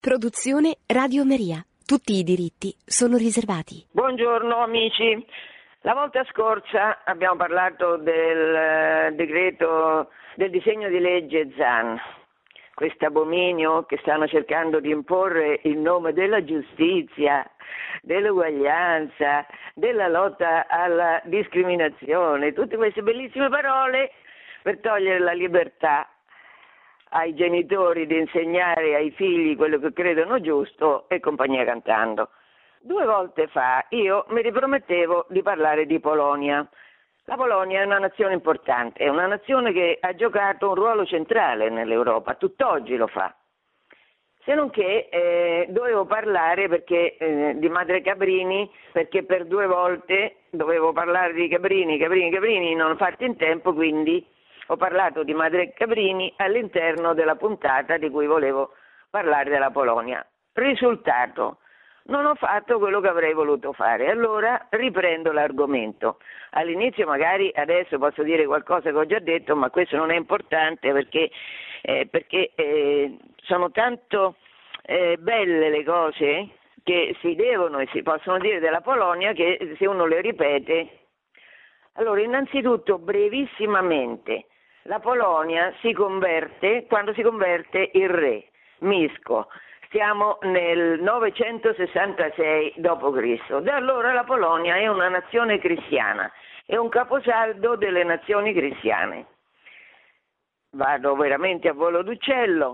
Produzione Radio Maria. Tutti i diritti sono riservati. Buongiorno amici. La volta scorsa abbiamo parlato del decreto, del disegno di legge Zan, questo abominio che stanno cercando di imporre in nome della giustizia, dell'uguaglianza, della lotta alla discriminazione, tutte queste bellissime parole per togliere la libertà ai genitori di insegnare ai figli quello che credono giusto e compagnia cantando. 2 volte fa io mi ripromettevo di parlare di Polonia. La Polonia è una nazione importante, è una nazione che ha giocato un ruolo centrale nell'Europa, tutt'oggi lo fa. Se non che dovevo parlare di Madre Cabrini, perché per 2 volte dovevo parlare di Cabrini, non ho fatto in tempo, quindi ho parlato di Madre Cabrini all'interno della puntata di cui volevo parlare della Polonia. Risultato: non ho fatto quello che avrei voluto fare, allora riprendo l'argomento. All'inizio magari adesso posso dire qualcosa che ho già detto, ma questo non è importante perché sono tanto belle le cose che si devono e si possono dire della Polonia che se uno le ripete. Allora, innanzitutto, brevissimamente, la Polonia si converte quando si converte il re Mieszko. Stiamo nel 966 d.C. Da allora la Polonia è una nazione cristiana, è un caposaldo delle nazioni cristiane. Vado veramente a volo d'uccello.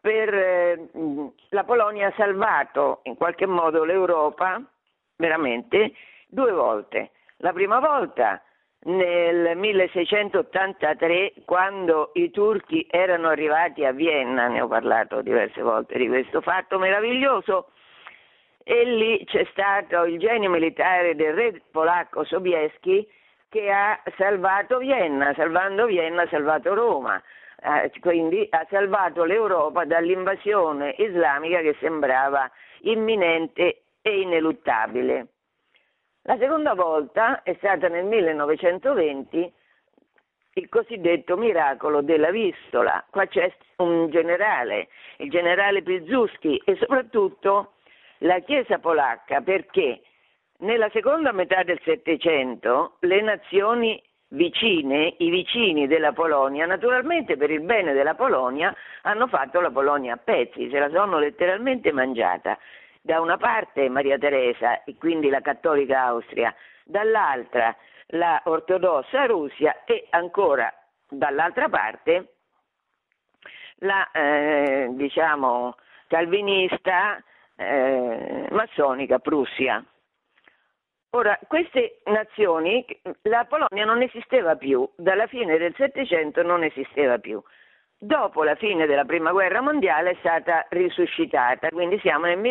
La Polonia ha salvato in qualche modo l'Europa, veramente, 2 volte. La prima volta nel 1683, quando i turchi erano arrivati a Vienna, ne ho parlato diverse volte di questo fatto meraviglioso, e lì c'è stato il genio militare del re polacco Sobieski che ha salvato Vienna, salvando Vienna ha salvato Roma, quindi ha salvato l'Europa dall'invasione islamica che sembrava imminente e ineluttabile. La seconda volta è stata nel 1920, il cosiddetto miracolo della Vistola. Qua c'è un generale, il generale Piłsudski, e soprattutto la Chiesa polacca, perché nella seconda metà del Settecento le nazioni vicine, i vicini della Polonia, naturalmente per il bene della Polonia, hanno fatto la Polonia a pezzi, se la sono letteralmente mangiata. Da una parte Maria Teresa, e quindi la cattolica Austria, dall'altra la ortodossa Russia e ancora dall'altra parte la calvinista massonica Prussia. Ora, queste nazioni, la Polonia non esisteva più, dalla fine del Settecento non esisteva più. Dopo la fine della Prima Guerra Mondiale è stata risuscitata, quindi siamo nel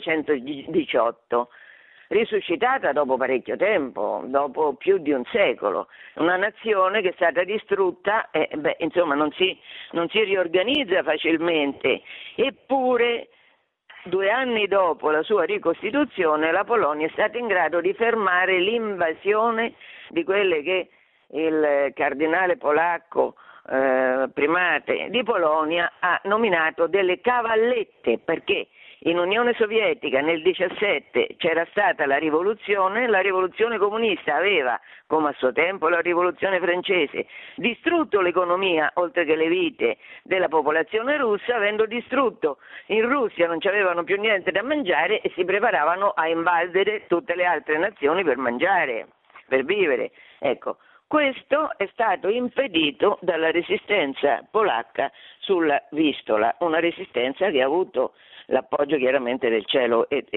1918, risuscitata dopo parecchio tempo, dopo più di un secolo, una nazione che è stata distrutta e non si riorganizza facilmente, eppure 2 anni dopo la sua ricostituzione la Polonia è stata in grado di fermare l'invasione di quelle che il cardinale polacco primate di Polonia ha nominato delle cavallette, perché in Unione Sovietica nel 17 c'era stata la rivoluzione comunista aveva, come a suo tempo la rivoluzione francese, distrutto l'economia oltre che le vite della popolazione russa, avendo distrutto in Russia non c'avevano più niente da mangiare e si preparavano a invadere tutte le altre nazioni per mangiare, per vivere. Ecco. Questo è stato impedito dalla resistenza polacca sulla Vistola, una resistenza che ha avuto l'appoggio chiaramente del cielo e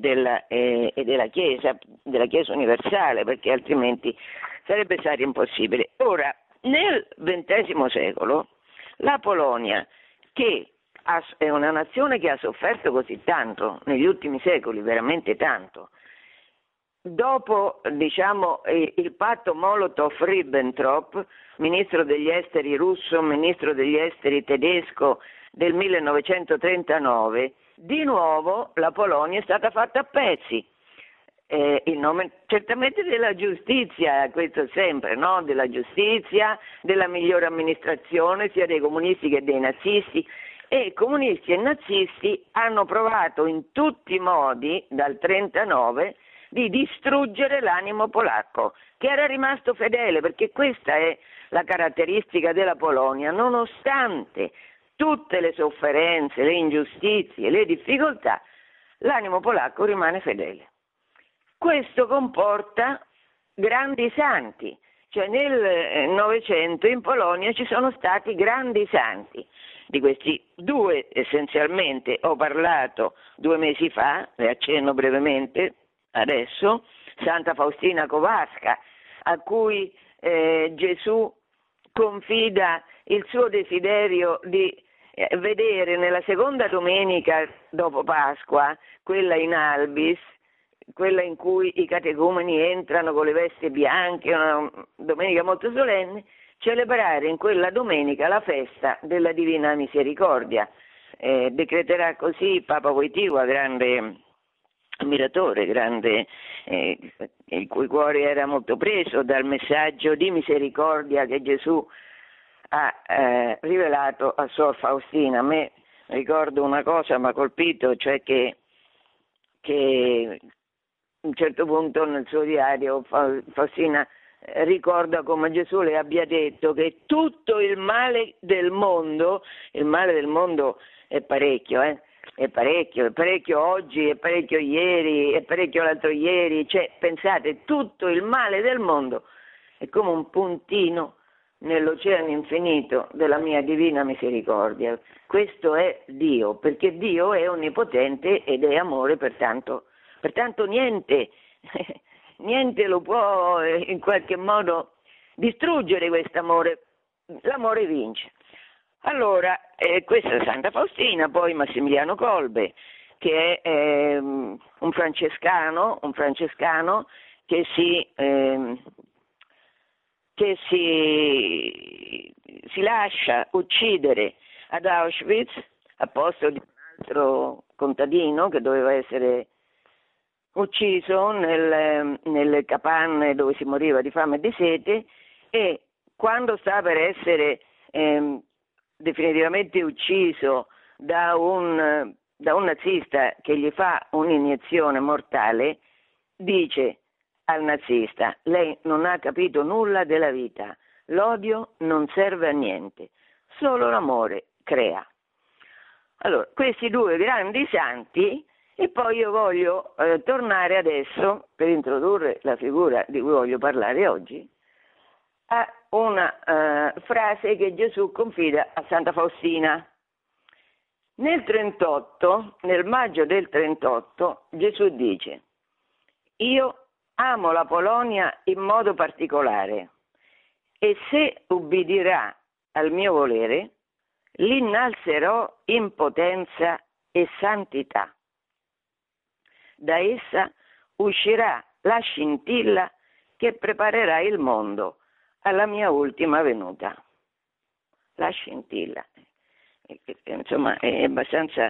della Chiesa universale, perché altrimenti sarebbe stato impossibile. Ora, nel XX secolo, la Polonia, che è una nazione che ha sofferto così tanto negli ultimi secoli, veramente tanto, dopo il patto Molotov-Ribbentrop, ministro degli esteri russo, ministro degli esteri tedesco del 1939, di nuovo la Polonia è stata fatta a pezzi. In nome certamente della giustizia, questo sempre, no? Della giustizia, della migliore amministrazione sia dei comunisti che dei nazisti, e comunisti e nazisti hanno provato in tutti i modi, dal 1939, di distruggere l'animo polacco, che era rimasto fedele, perché questa è la caratteristica della Polonia, nonostante tutte le sofferenze, le ingiustizie, le difficoltà, l'animo polacco rimane fedele. Questo comporta grandi santi, cioè nel Novecento in Polonia ci sono stati grandi santi. Di questi due essenzialmente ho parlato 2 mesi fa, le accenno brevemente adesso. Santa Faustina Kowalska, a cui Gesù confida il suo desiderio di vedere nella seconda domenica dopo Pasqua, quella in Albis, quella in cui i catecumeni entrano con le vesti bianche, una domenica molto solenne, celebrare in quella domenica la festa della Divina Misericordia. Decreterà così Papa Wojtyła, grande ammiratore, grande, il cui cuore era molto preso dal messaggio di misericordia che Gesù ha rivelato a Sor Faustina. A me ricordo una cosa mi ha colpito, cioè che a un certo punto nel suo diario Faustina ricorda come Gesù le abbia detto che tutto il male del mondo è parecchio, è parecchio oggi, è parecchio ieri, è parecchio l'altro ieri, cioè pensate, tutto il male del mondo è come un puntino nell'oceano infinito della mia divina misericordia. Questo è Dio, perché Dio è onnipotente ed è amore, pertanto niente lo può in qualche modo distruggere quest'amore, l'amore vince. Allora, questa è Santa Faustina, poi Massimiliano Kolbe, che è un francescano che si lascia uccidere ad Auschwitz a posto di un altro contadino che doveva essere ucciso nelle capanne dove si moriva di fame e di sete, e quando sta per essere definitivamente ucciso da un nazista che gli fa un'iniezione mortale, dice al nazista: lei non ha capito nulla della vita, l'odio non serve a niente, solo l'amore crea. Allora, questi 2 grandi santi. E poi io voglio tornare adesso, per introdurre la figura di cui voglio parlare oggi, a una frase che Gesù confida a Santa Faustina. Nel maggio del 38, Gesù dice: io amo la Polonia in modo particolare e se ubbidirà al mio volere, l'innalzerò in potenza e santità. Da essa uscirà la scintilla che preparerà il mondo alla mia ultima venuta. La scintilla. Insomma, è abbastanza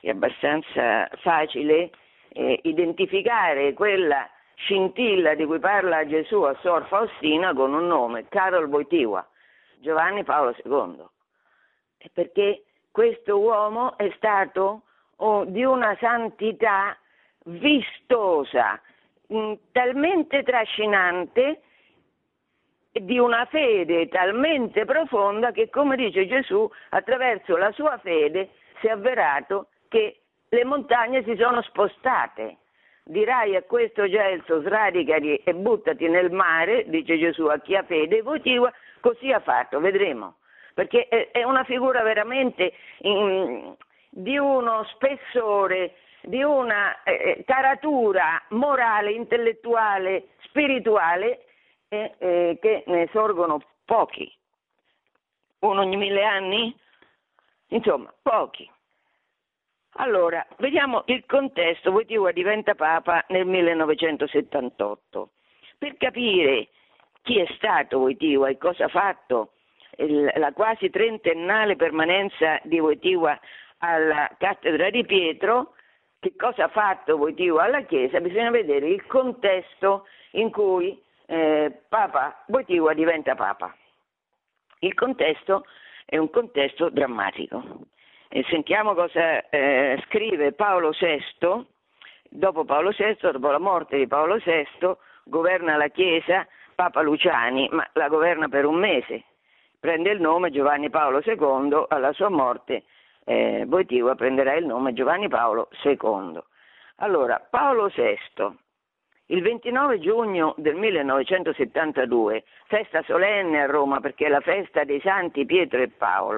facile identificare quella scintilla di cui parla Gesù a Sor Faustina con un nome, Karol Wojtyła, Giovanni Paolo II. E perché questo uomo è stato di una santità vistosa, talmente trascinante, di una fede talmente profonda che, come dice Gesù, attraverso la sua fede si è avverato che le montagne si sono spostate. Dirai a questo gelso: sradicati e buttati nel mare, dice Gesù a chi ha fede, e Wojtyła così ha fatto, vedremo, perché è una figura veramente di uno spessore, di una caratura morale, intellettuale, spirituale, che ne sorgono pochi, uno ogni 1000 anni, insomma pochi. Allora, vediamo il contesto. Wojtyła diventa Papa nel 1978. Per capire chi è stato Wojtyła e cosa ha fatto, la quasi trentennale permanenza di Wojtyła alla cattedra di Pietro, che cosa ha fatto Wojtyła alla Chiesa, bisogna vedere il contesto in cui Papa Wojtyła diventa Papa. Il contesto è un contesto drammatico. E sentiamo cosa scrive Paolo VI. Dopo Paolo VI, dopo la morte di Paolo VI, governa la Chiesa Papa Luciani, ma la governa per un mese. Prende il nome Giovanni Paolo II, alla sua morte Wojtyła prenderà il nome Giovanni Paolo II. Allora, Paolo VI, il 29 giugno del 1972, festa solenne a Roma perché è la festa dei santi Pietro e Paolo,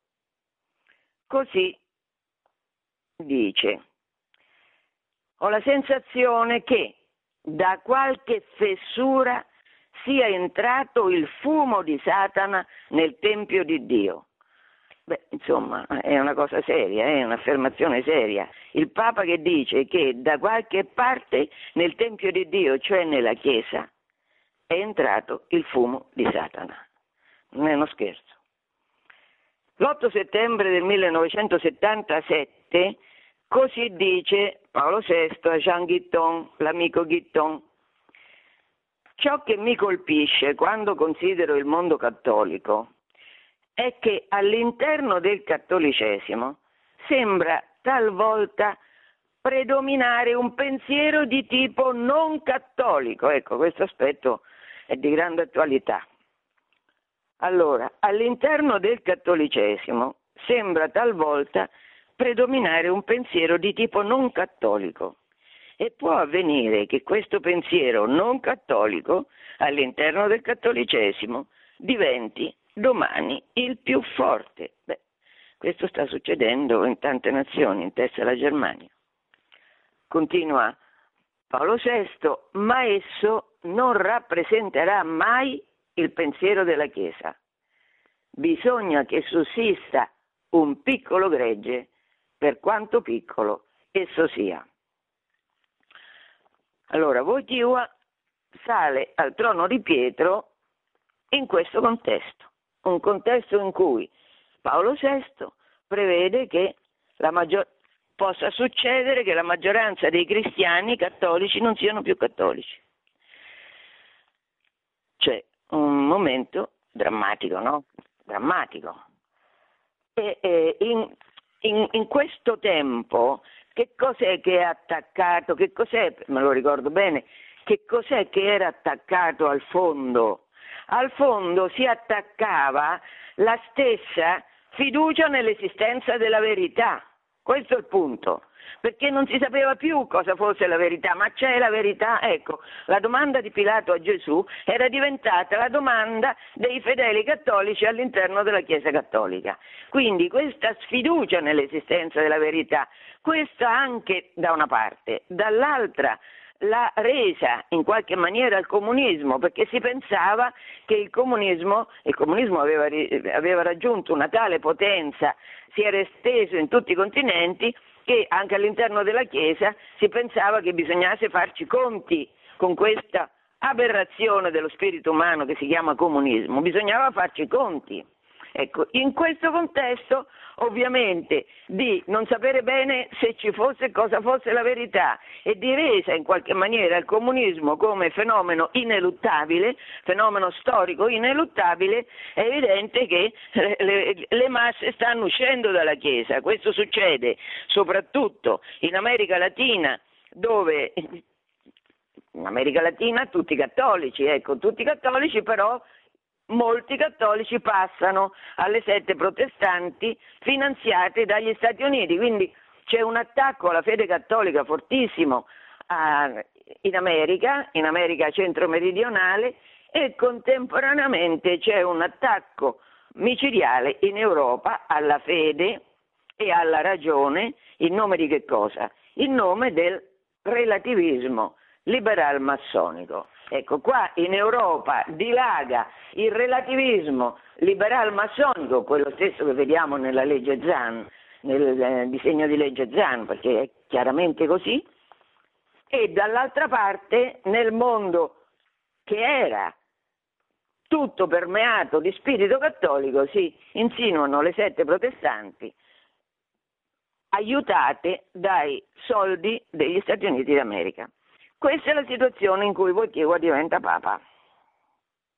così dice: ho la sensazione che da qualche fessura sia entrato il fumo di Satana nel Tempio di Dio. Beh, insomma, è una cosa seria, è un'affermazione seria. Il Papa che dice che da qualche parte nel Tempio di Dio, cioè nella Chiesa, è entrato il fumo di Satana. Non è uno scherzo. L'8 settembre del 1977, così dice Paolo VI a Jean Guitton, l'amico Guitton: ciò che mi colpisce quando considero il mondo cattolico è che all'interno del cattolicesimo sembra talvolta predominare un pensiero di tipo non cattolico. Ecco, questo aspetto è di grande attualità. Allora, all'interno del cattolicesimo sembra talvolta predominare un pensiero di tipo non cattolico e può avvenire che questo pensiero non cattolico all'interno del cattolicesimo diventi domani il più forte. Beh, questo sta succedendo in tante nazioni, in testa alla Germania. Continua Paolo VI, ma esso non rappresenterà mai il pensiero della Chiesa. Bisogna che sussista un piccolo gregge, per quanto piccolo esso sia. Allora, Wojtyła sale al trono di Pietro in questo contesto, un contesto in cui Paolo VI prevede che possa succedere che la maggioranza dei cristiani cattolici non siano più cattolici. C'è un momento drammatico, no? Drammatico. E in questo tempo che cos'è che è attaccato? Che cos'è, me lo ricordo bene, che cos'è che era attaccato al fondo? Al fondo si attaccava la stessa fiducia nell'esistenza della verità. Questo è il punto, perché non si sapeva più cosa fosse la verità, ma c'è la verità. Ecco, la domanda di Pilato a Gesù era diventata la domanda dei fedeli cattolici all'interno della Chiesa cattolica. Quindi questa sfiducia nell'esistenza della verità, questa anche da una parte, dall'altra l'ha resa in qualche maniera al comunismo, perché si pensava che il comunismo aveva raggiunto una tale potenza, si era esteso in tutti i continenti, che anche all'interno della Chiesa si pensava che bisognasse farci conti con questa aberrazione dello spirito umano che si chiama comunismo, bisognava farci conti. Ecco, in questo contesto ovviamente di non sapere bene se ci fosse cosa fosse la verità e di resa in qualche maniera il comunismo come fenomeno ineluttabile, fenomeno storico ineluttabile, è evidente che le masse stanno uscendo dalla Chiesa. Questo succede soprattutto in America Latina, dove in America Latina tutti cattolici, ecco, tutti cattolici, però molti cattolici passano alle sette protestanti finanziate dagli Stati Uniti, quindi c'è un attacco alla fede cattolica fortissimo in America centro-meridionale, e contemporaneamente c'è un attacco micidiale in Europa alla fede e alla ragione, in nome di che cosa? In nome del relativismo liberal massonico. Ecco, qua in Europa dilaga il relativismo liberal massonico, quello stesso che vediamo nella legge Zan, nel disegno di legge Zan, perché è chiaramente così, e dall'altra parte nel mondo che era tutto permeato di spirito cattolico si insinuano le sette protestanti, aiutate dai soldi degli Stati Uniti d'America. Questa è la situazione in cui Wojtyła diventa Papa.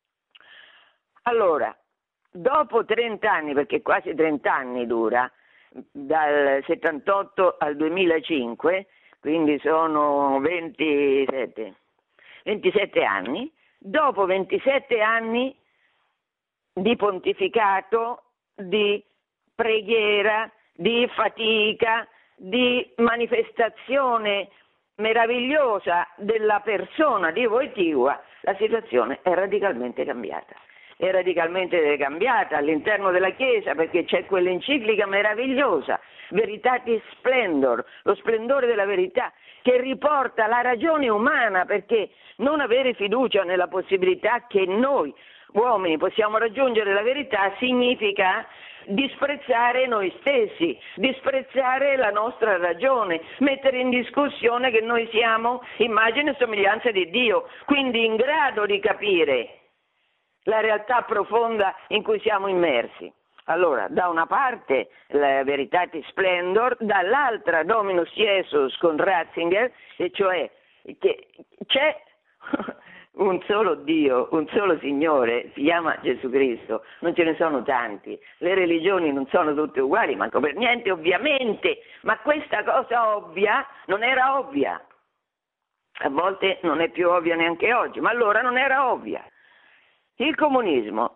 Allora, dopo 30 anni, perché quasi 30 anni dura, dal 78 al 2005, quindi sono 27 anni. Dopo 27 anni di pontificato, di preghiera, di fatica, di manifestazione meravigliosa della persona di Wojtyła, la situazione è radicalmente cambiata. È radicalmente cambiata all'interno della Chiesa, perché c'è quell'enciclica meravigliosa, Veritatis Splendor, lo splendore della verità, che riporta la ragione umana, perché non avere fiducia nella possibilità che noi uomini possiamo raggiungere la verità significa disprezzare noi stessi, disprezzare la nostra ragione, mettere in discussione che noi siamo immagine e somiglianza di Dio, quindi in grado di capire la realtà profonda in cui siamo immersi. Allora, da una parte la Veritatis Splendor, dall'altra Dominus Jesus con Ratzinger, e cioè che c'è un solo Dio, un solo Signore, si chiama Gesù Cristo, non ce ne sono tanti, le religioni non sono tutte uguali, manco per niente ovviamente, ma questa cosa ovvia non era ovvia, a volte non è più ovvia neanche oggi, ma allora non era ovvia. Il comunismo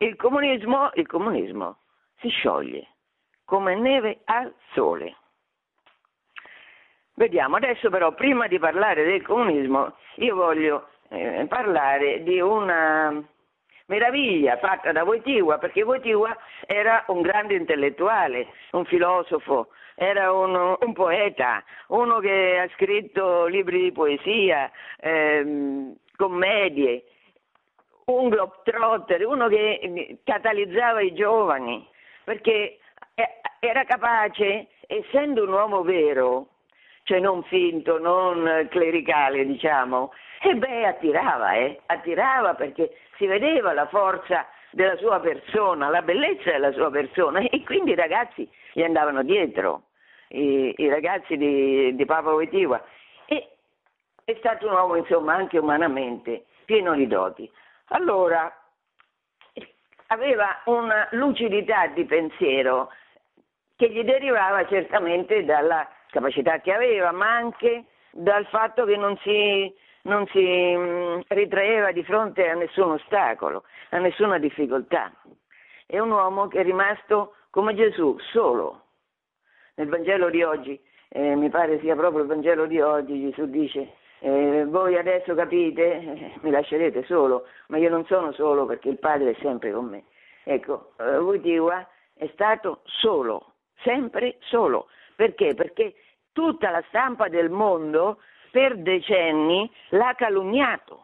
si scioglie come neve al sole. Vediamo, adesso però prima di parlare del comunismo io voglio parlare di una meraviglia fatta da Wojtyła, perché Wojtyła era un grande intellettuale, un filosofo, era un poeta, uno che ha scritto libri di poesia, commedie, un globetrotter, uno che catalizzava i giovani, perché era capace, essendo un uomo vero, cioè non finto, non clericale, diciamo, attirava perché si vedeva la forza della sua persona, la bellezza della sua persona, e quindi i ragazzi gli andavano dietro, i ragazzi di Papa Wojtyła. E è stato un uomo, insomma, anche umanamente pieno di doti. Allora, aveva una lucidità di pensiero che gli derivava certamente dalla capacità che aveva, ma anche dal fatto che non si ritraeva di fronte a nessun ostacolo, a nessuna difficoltà. È un uomo che è rimasto come Gesù, solo. Nel Vangelo di oggi, mi pare sia proprio il Vangelo di oggi, Gesù dice: voi adesso capite, mi lascerete solo, ma io non sono solo perché il Padre è sempre con me. Ecco, Wojtyła è stato solo, sempre solo. Perché? Perché tutta la stampa del mondo per decenni l'ha calunniato.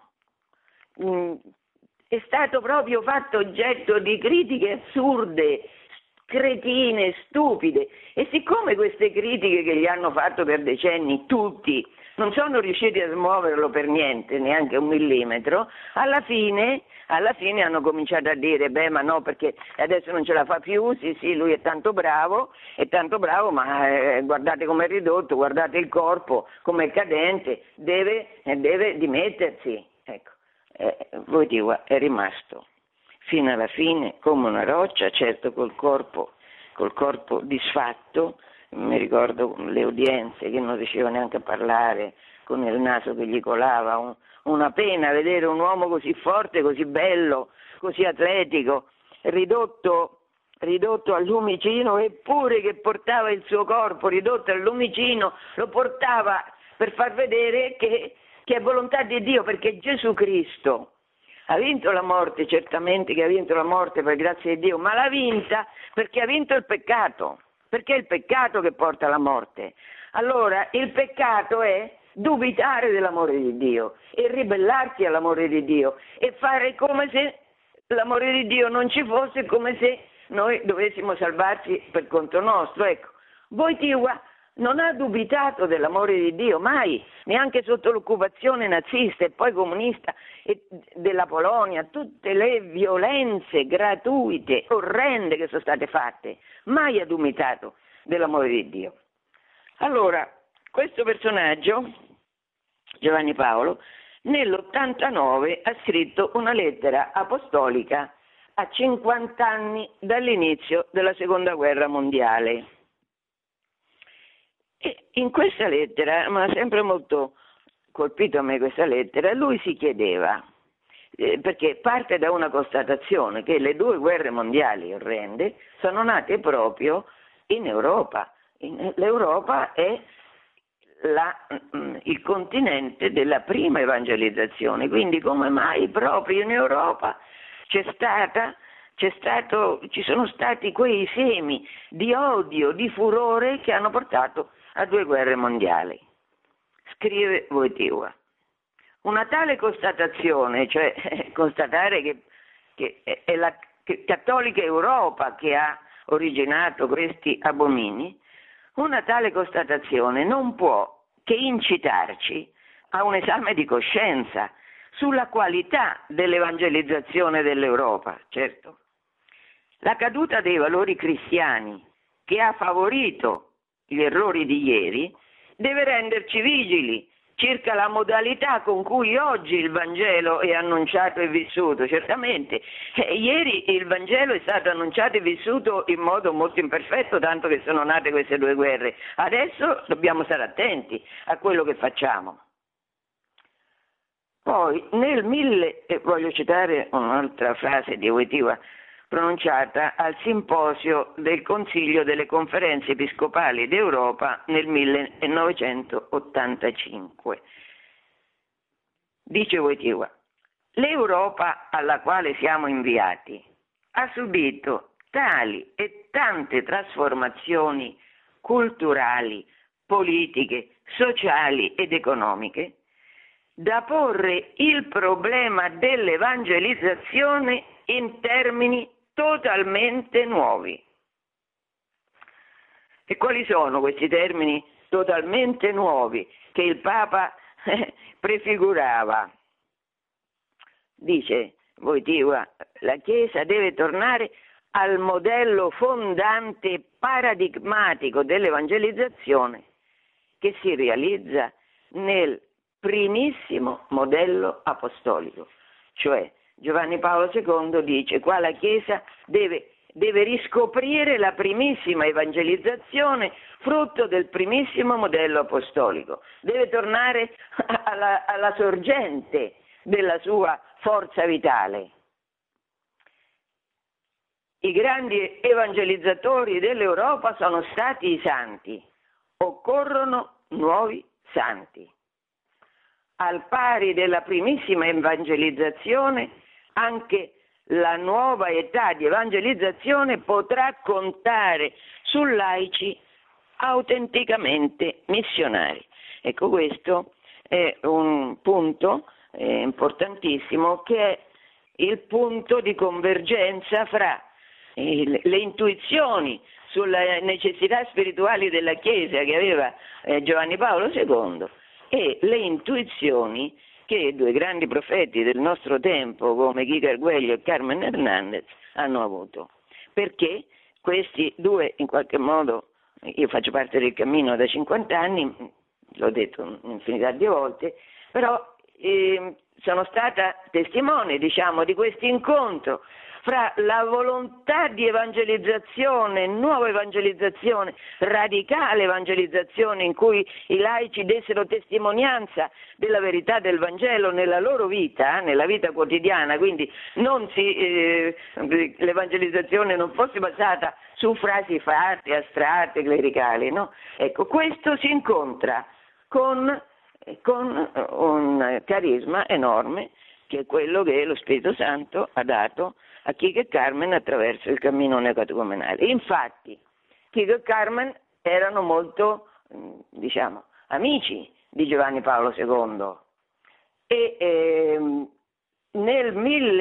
È stato proprio fatto oggetto di critiche assurde, cretine, stupide, e siccome queste critiche che gli hanno fatto per decenni tutti non sono riusciti a smuoverlo per niente, neanche un millimetro, alla fine hanno cominciato a dire: beh, ma no, perché adesso non ce la fa più, sì, lui è tanto bravo, ma guardate com'è ridotto, guardate il corpo, com'è cadente, deve dimettersi. Ecco, Wojtyła è rimasto fino alla fine come una roccia, certo col corpo disfatto. Mi ricordo le udienze che non riusciva neanche a parlare, con il naso che gli colava, una pena vedere un uomo così forte, così bello, così atletico, ridotto al lumicino, eppure che portava il suo corpo ridotto al lumicino, lo portava per far vedere che è volontà di Dio, perché Gesù Cristo ha vinto la morte, certamente che ha vinto la morte per grazia di Dio, ma l'ha vinta perché ha vinto il peccato. Perché è il peccato che porta alla morte. Allora, il peccato è dubitare dell'amore di Dio e ribellarsi all'amore di Dio e fare come se l'amore di Dio non ci fosse, come se noi dovessimo salvarci per conto nostro. Ecco, Wojtyła non ha dubitato dell'amore di Dio, mai, neanche sotto l'occupazione nazista e poi comunista della Polonia, tutte le violenze gratuite, orrende che sono state fatte, mai ha dubitato dell'amore di Dio. Allora, questo personaggio, Giovanni Paolo, nell'89 ha scritto una lettera apostolica a 50 anni dall'inizio della Seconda Guerra Mondiale. E in questa lettera, mi ha sempre molto colpito a me questa lettera, lui si chiedeva, perché parte da una constatazione che le due guerre mondiali orrende sono nate proprio in Europa. L'Europa è il continente della prima evangelizzazione, quindi come mai proprio in Europa ci sono stati quei semi di odio, di furore che hanno portato a due guerre mondiali. Scrive Wojtyła. Una tale constatazione, cioè constatare che è la cattolica Europa che ha originato questi abomini, una tale constatazione non può che incitarci a un esame di coscienza sulla qualità dell'evangelizzazione dell'Europa, certo. La caduta dei valori cristiani che ha favorito gli errori di ieri deve renderci vigili circa la modalità con cui oggi il Vangelo è annunciato e vissuto. Certamente, ieri il Vangelo è stato annunciato e vissuto in modo molto imperfetto, tanto che sono nate queste due guerre. Adesso dobbiamo stare attenti a quello che facciamo. Poi, voglio citare un'altra frase di Wojtyła, pronunciata al simposio del Consiglio delle Conferenze Episcopali d'Europa nel 1985. Dice Wojtyła: l'Europa alla quale siamo inviati ha subito tali e tante trasformazioni culturali, politiche, sociali ed economiche da porre il problema dell'evangelizzazione in termini totalmente nuovi. E quali sono questi termini totalmente nuovi che il Papa prefigurava? Dice Wojtyła, la Chiesa deve tornare al modello fondante e paradigmatico dell'evangelizzazione che si realizza nel primissimo modello apostolico, cioè Giovanni Paolo II dice qua la Chiesa deve riscoprire la primissima evangelizzazione frutto del primissimo modello apostolico, deve tornare alla sorgente della sua forza vitale. I grandi evangelizzatori dell'Europa sono stati i santi, occorrono nuovi santi. Al pari della primissima evangelizzazione, anche la nuova età di evangelizzazione potrà contare su laici autenticamente missionari. Ecco, questo è un punto importantissimo, che è il punto di convergenza fra le intuizioni sulle necessità spirituali della Chiesa che aveva Giovanni Paolo II e le intuizioni che due grandi profeti del nostro tempo come Guy Carguello e Carmen Hernandez hanno avuto. Perché questi due, in qualche modo, io faccio parte del cammino da 50 anni, l'ho detto un'infinità di volte, però sono stata testimone, di questo incontro fra la volontà di evangelizzazione, nuova evangelizzazione, radicale evangelizzazione in cui i laici dessero testimonianza della verità del Vangelo nella loro vita, nella vita quotidiana, quindi l'evangelizzazione non fosse basata su frasi fatte, astratte, clericali, no? Ecco, questo si incontra con un carisma enorme che è quello che lo Spirito Santo ha dato a Chico e Carmen attraverso il cammino neocatecumenale. Infatti, Chico e Carmen erano molto, amici di Giovanni Paolo II e nel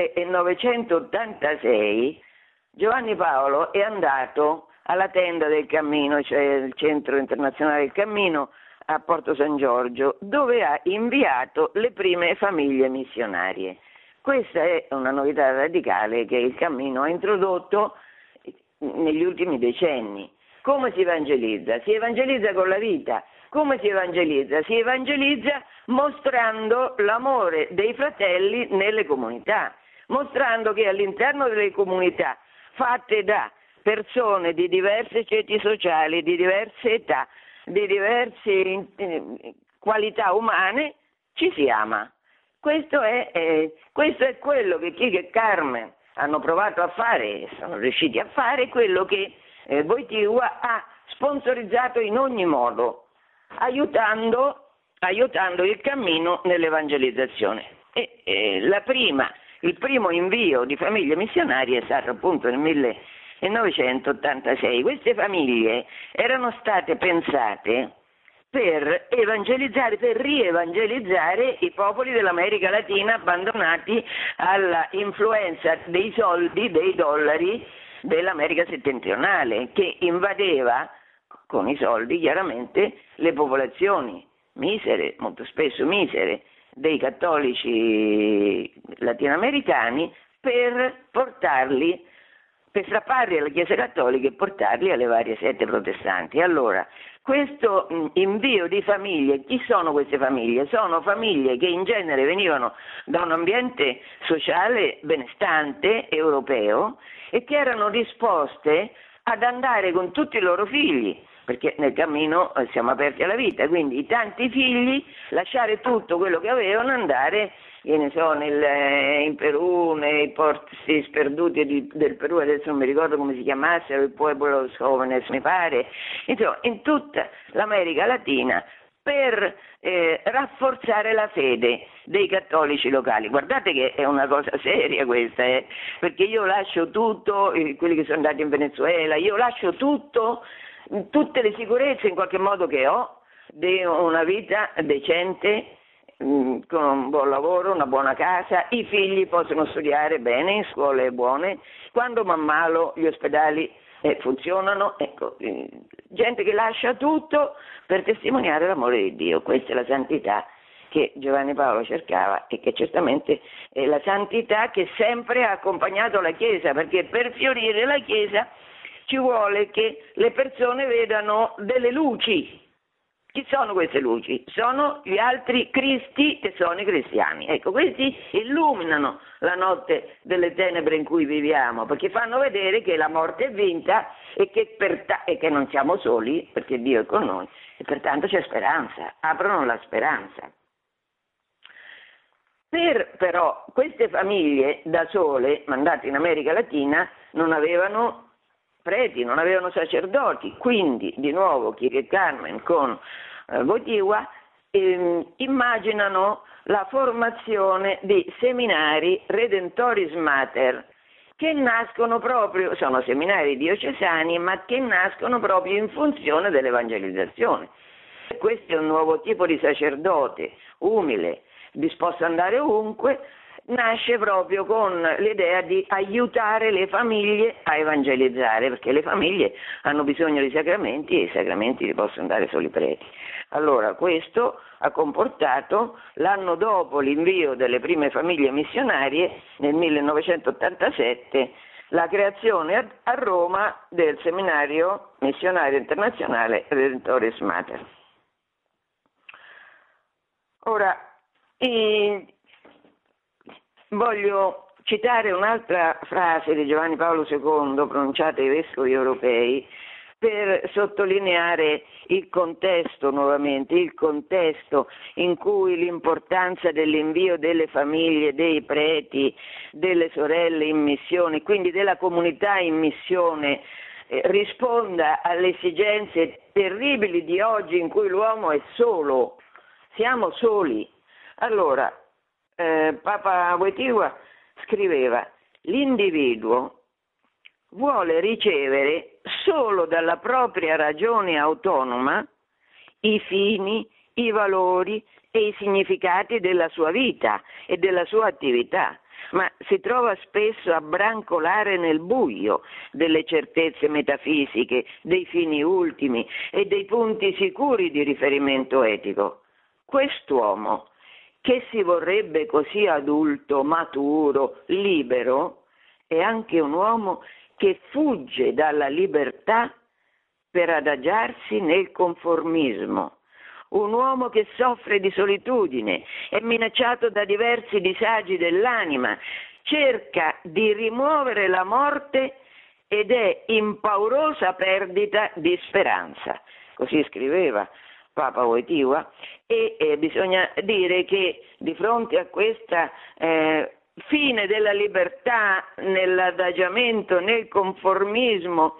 1986 Giovanni Paolo è andato alla tenda del cammino, cioè il Centro Internazionale del Cammino a Porto San Giorgio, dove ha inviato le prime famiglie missionarie. Questa è una novità radicale che il cammino ha introdotto negli ultimi decenni. Come si evangelizza? Si evangelizza con la vita. Come si evangelizza? Si evangelizza mostrando l'amore dei fratelli nelle comunità, mostrando che all'interno delle comunità fatte da persone di diverse ceti sociali, di diverse età, di diverse qualità umane, ci si ama. Questo è quello che Kiki e Carmen hanno provato a fare, sono riusciti a fare, quello che Wojtyła ha sponsorizzato in ogni modo, aiutando il cammino nell'evangelizzazione. Il primo invio di famiglie missionarie è stato appunto nel 1986. Queste famiglie erano state pensate per evangelizzare, per rievangelizzare i popoli dell'America Latina abbandonati alla influenza dei soldi, dei dollari dell'America settentrionale, che invadeva con i soldi chiaramente le popolazioni misere, molto spesso misere, dei cattolici latinoamericani per strapparli alla Chiesa Cattolica e portarli alle varie sette protestanti. Allora, questo invio di famiglie, chi sono queste famiglie? Sono famiglie che in genere venivano da un ambiente sociale benestante, europeo, e che erano disposte ad andare con tutti i loro figli, perché nel cammino siamo aperti alla vita, quindi i tanti figli, lasciare tutto quello che avevano, andare, in Perù, nei porti sperduti del Perù, adesso non mi ricordo come si chiamassero, il Pueblos Jóvenes mi pare, insomma in tutta l'America Latina, per rafforzare la fede dei cattolici locali. Guardate che è una cosa seria questa, perché io lascio tutto, quelli che sono andati in Venezuela, io lascio tutto, tutte le sicurezze in qualche modo che ho, di una vita decente, con un buon lavoro, una buona casa, i figli possono studiare bene in scuole buone, quando mi ammalo gli ospedali funzionano, ecco, gente che lascia tutto per testimoniare l'amore di Dio. Questa è la santità che Giovanni Paolo cercava e che certamente è la santità che sempre ha accompagnato la Chiesa, perché per fiorire la Chiesa ci vuole che le persone vedano delle luci. Chi sono queste luci? Sono gli altri Cristi che sono i cristiani. Ecco, questi illuminano la notte delle tenebre in cui viviamo, perché fanno vedere che la morte è vinta e che non siamo soli, perché Dio è con noi, e pertanto c'è speranza, aprono la speranza. Però queste famiglie da sole, mandate in America Latina, non avevano preti, non avevano sacerdoti, quindi di nuovo Kiki e Carmen con Wojtyła immaginano la formazione di seminari Redentoris Mater, che nascono proprio, sono seminari diocesani, ma che nascono proprio in funzione dell'evangelizzazione. Questo è un nuovo tipo di sacerdote, umile, disposto ad andare ovunque, nasce proprio con l'idea di aiutare le famiglie a evangelizzare, perché le famiglie hanno bisogno di sacramenti e i sacramenti li possono dare solo i preti. Allora, questo ha comportato, l'anno dopo l'invio delle prime famiglie missionarie, nel 1987, la creazione a Roma del seminario missionario internazionale Redentoris Mater. Ora, voglio citare un'altra frase di Giovanni Paolo II pronunciata ai vescovi europei per sottolineare il contesto nuovamente, il contesto in cui l'importanza dell'invio delle famiglie, dei preti, delle sorelle in missione, quindi della comunità in missione, risponda alle esigenze terribili di oggi in cui l'uomo è solo, siamo soli. Allora, Papa Wojtyła scriveva: l'individuo vuole ricevere solo dalla propria ragione autonoma i fini, i valori e i significati della sua vita e della sua attività, ma si trova spesso a brancolare nel buio delle certezze metafisiche, dei fini ultimi e dei punti sicuri di riferimento etico. Quest'uomo, che si vorrebbe così adulto, maturo, libero, è anche un uomo che fugge dalla libertà per adagiarsi nel conformismo, un uomo che soffre di solitudine, è minacciato da diversi disagi dell'anima, cerca di rimuovere la morte ed è in paurosa perdita di speranza. così scriveva Papa Wojtyła, e bisogna dire che di fronte a questa fine della libertà nell'adagiamento, nel conformismo,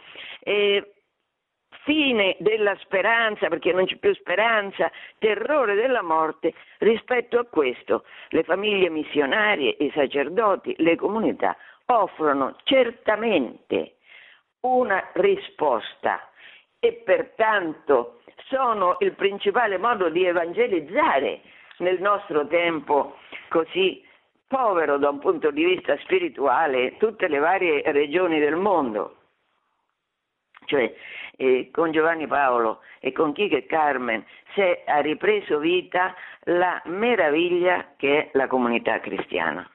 fine della speranza, perché non c'è più speranza, terrore della morte, rispetto a questo le famiglie missionarie, i sacerdoti, le comunità offrono certamente una risposta e pertanto sono il principale modo di evangelizzare nel nostro tempo così povero da un punto di vista spirituale tutte le varie regioni del mondo. Cioè con Giovanni Paolo e con Chico e Carmen ha ripreso vita la meraviglia che è la comunità cristiana.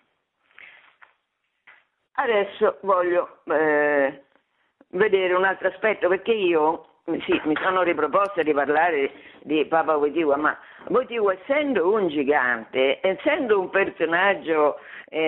Adesso voglio vedere un altro aspetto, perché io mi sono riproposta di parlare di Papa Wojtyła, ma Wojtyła, essendo un gigante, essendo un personaggio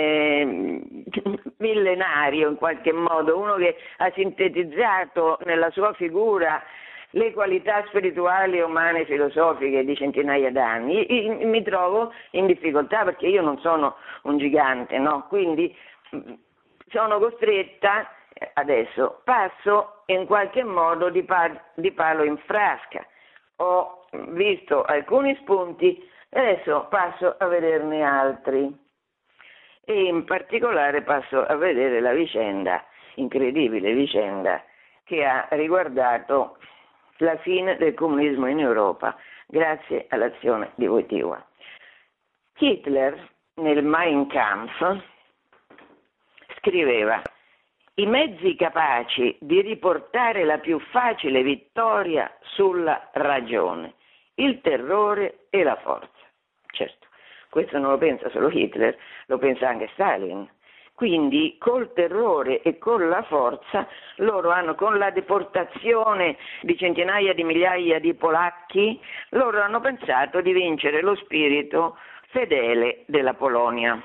millenario in qualche modo, uno che ha sintetizzato nella sua figura le qualità spirituali, umane, filosofiche di centinaia d'anni, mi trovo in difficoltà perché io non sono un gigante, no? Quindi sono costretta, adesso passo in qualche modo di palo in frasca. Ho visto alcuni spunti e adesso passo a vederne altri. E in particolare passo a vedere la vicenda, incredibile vicenda, che ha riguardato la fine del comunismo in Europa grazie all'azione di Wojtyła. Hitler nel Mein Kampf scriveva: i mezzi capaci di riportare la più facile vittoria sulla ragione, il terrore e la forza. Certo, questo non lo pensa solo Hitler, lo pensa anche Stalin. Quindi col terrore e con la forza loro hanno, con la deportazione di centinaia di migliaia di polacchi, loro hanno pensato di vincere lo spirito fedele della Polonia.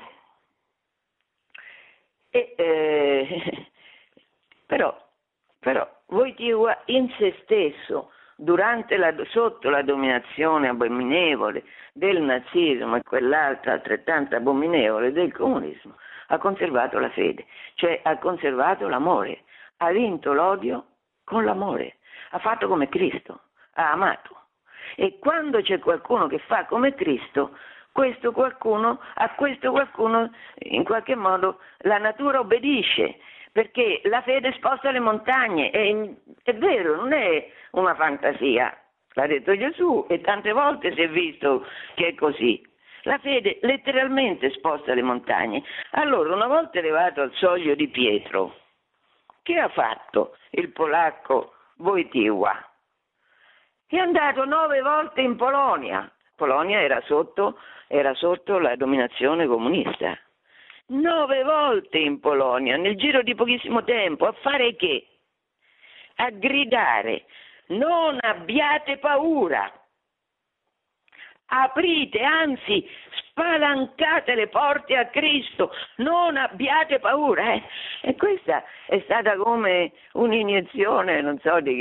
Però Wojtyła in se stesso, sotto la dominazione abominevole del nazismo e quell'altra altrettanto abominevole del comunismo, ha conservato la fede, cioè ha conservato l'amore, ha vinto l'odio con l'amore, ha fatto come Cristo, ha amato. E quando c'è qualcuno che fa come Cristo, a questo qualcuno in qualche modo la natura obbedisce, perché la fede sposta le montagne, è vero, non è una fantasia, l'ha detto Gesù e tante volte si è visto che è così. La fede letteralmente sposta le montagne. Allora, una volta arrivato al soglio di Pietro, che ha fatto il polacco Wojtyła? È andato 9 volte in Polonia. Polonia era sotto la dominazione comunista. 9 volte in Polonia, nel giro di pochissimo tempo, a fare che? A gridare: non abbiate paura, aprite, anzi spalancate le porte a Cristo, non abbiate paura. E questa è stata come un'iniezione, non so di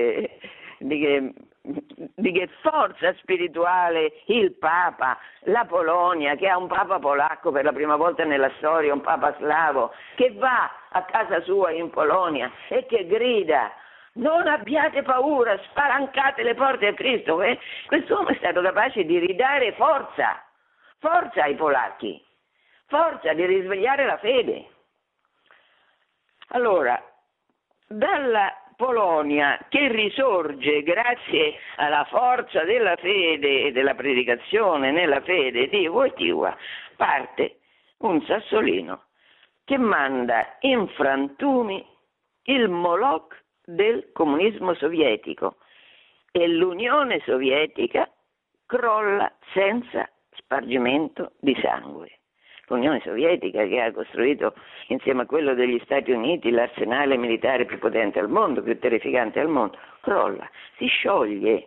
che forza spirituale il Papa, la Polonia, che ha un Papa polacco per la prima volta nella storia, un Papa slavo, che va a casa sua in Polonia e che grida: non abbiate paura, spalancate le porte a Cristo. Quest'uomo è stato capace di ridare forza ai polacchi, forza di risvegliare la fede. Allora, dalla Polonia, che risorge grazie alla forza della fede e della predicazione nella fede di Wojtyła, parte un sassolino che manda in frantumi il Moloch del comunismo sovietico e l'Unione Sovietica crolla senza spargimento di sangue. L'Unione Sovietica, che ha costruito insieme a quello degli Stati Uniti l'arsenale militare più potente al mondo, più terrificante al mondo, crolla, si scioglie.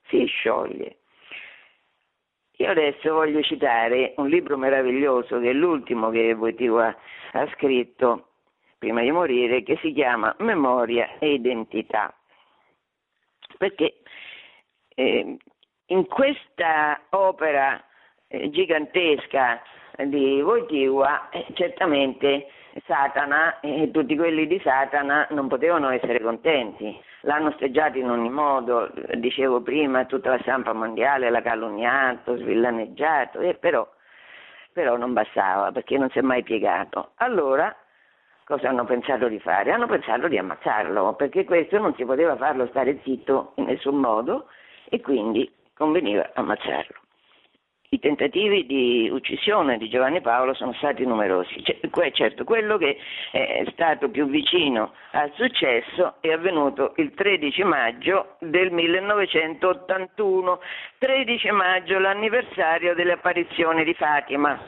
Io adesso voglio citare un libro meraviglioso, che è l'ultimo che Wojtyła ha scritto prima di morire, che si chiama Memoria e Identità, perché in questa opera gigantesca di Wojtyła, certamente Satana e tutti quelli di Satana non potevano essere contenti. L'hanno osteggiato in ogni modo, dicevo prima, tutta la stampa mondiale l'ha calunniato, svillaneggiato, però non bastava, perché non si è mai piegato. Allora, cosa hanno pensato di fare? Hanno pensato di ammazzarlo, perché questo non si poteva farlo stare zitto in nessun modo e quindi conveniva ammazzarlo. I tentativi di uccisione di Giovanni Paolo sono stati numerosi. Certo, quello che è stato più vicino al successo è avvenuto il 13 maggio del 1981, 13 maggio, l'anniversario delle apparizioni di Fatima.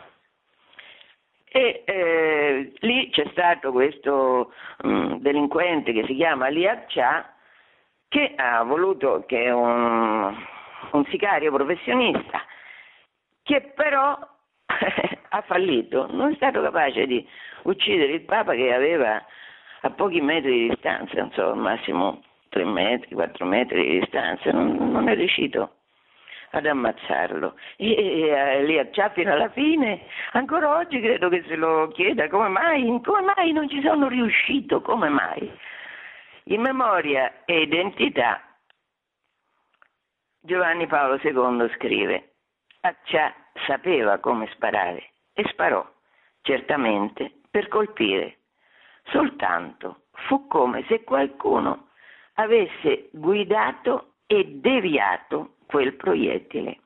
E lì c'è stato questo delinquente che si chiama Liad Shah, che ha voluto, che è un sicario professionista, che però ha fallito, non è stato capace di uccidere il Papa, che aveva a pochi metri di distanza, non so, al massimo 3 metri, 4 metri di distanza, non è riuscito ad ammazzarlo. E lì a fino alla fine, ancora oggi credo che se lo chieda come mai non ci sono riuscito, come mai? In memoria e identità, Giovanni Paolo II scrive: Accià sapeva come sparare e sparò, certamente per colpire. Soltanto fu come se qualcuno avesse guidato e deviato quel proiettile.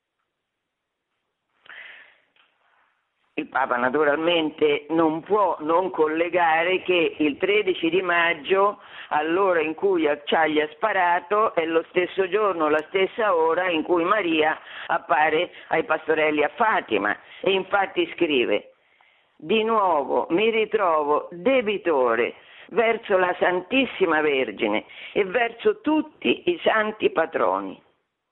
Il Papa naturalmente non può non collegare che il 13 di maggio, all'ora in cui Accià gli ha sparato, è lo stesso giorno, la stessa ora in cui Maria appare ai pastorelli a Fatima, e infatti scrive: di nuovo mi ritrovo debitore verso la Santissima Vergine e verso tutti i santi patroni.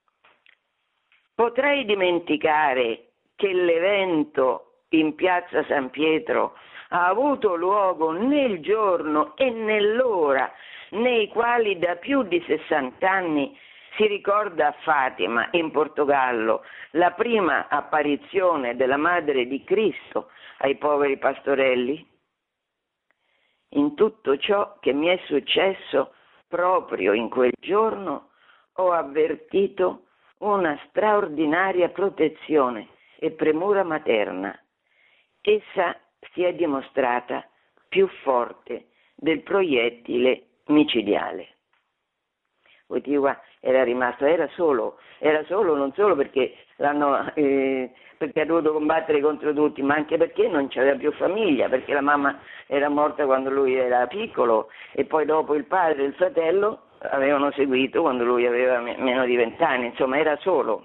Potrei dimenticare che l'evento in piazza San Pietro ha avuto luogo nel giorno e nell'ora nei quali da più di 60 anni si ricorda a Fatima, in Portogallo, la prima apparizione della Madre di Cristo ai poveri pastorelli? In tutto ciò che mi è successo proprio in quel giorno ho avvertito una straordinaria protezione e premura materna. Essa si è dimostrata più forte del proiettile micidiale. Wojtyła era solo non solo perché perché ha dovuto combattere contro tutti, ma anche perché non c'aveva più famiglia, perché la mamma era morta quando lui era piccolo e poi dopo il padre e il fratello avevano seguito quando lui aveva meno di 20 anni, insomma era solo.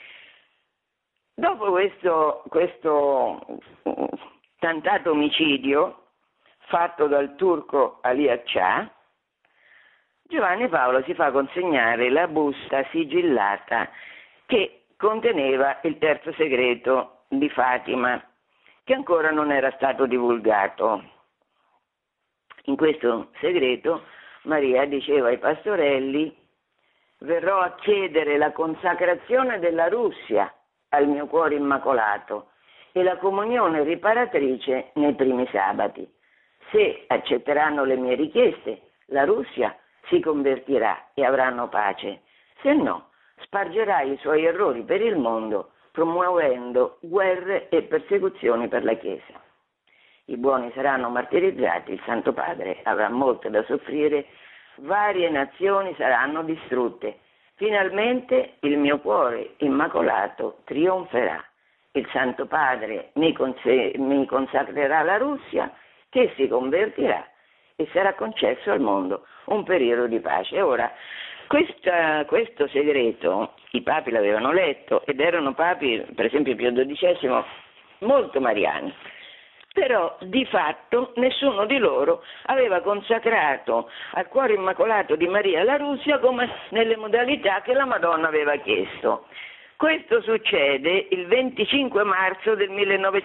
Dopo questo tentato omicidio fatto dal turco Ali Accià, Giovanni Paolo si fa consegnare la busta sigillata che conteneva il terzo segreto di Fatima, che ancora non era stato divulgato. In questo segreto Maria diceva ai pastorelli: verrò a chiedere la consacrazione della Russia al mio cuore immacolato e la comunione riparatrice nei primi sabati. Se accetteranno le mie richieste, la Russia si convertirà e avranno pace. Se no, spargerà i suoi errori per il mondo, promuovendo guerre e persecuzioni per la Chiesa. I buoni saranno martirizzati, il Santo Padre avrà molto da soffrire, varie nazioni saranno distrutte. Finalmente il mio cuore immacolato trionferà. Il Santo Padre mi consacrerà la Russia, che si convertirà e sarà concesso al mondo un periodo di pace. Ora, questo segreto i papi l'avevano letto ed erano papi, per esempio Pio XII, molto mariani. Però di fatto nessuno di loro aveva consacrato al cuore immacolato di Maria la Russia come nelle modalità che la Madonna aveva chiesto. Questo succede il 25 marzo del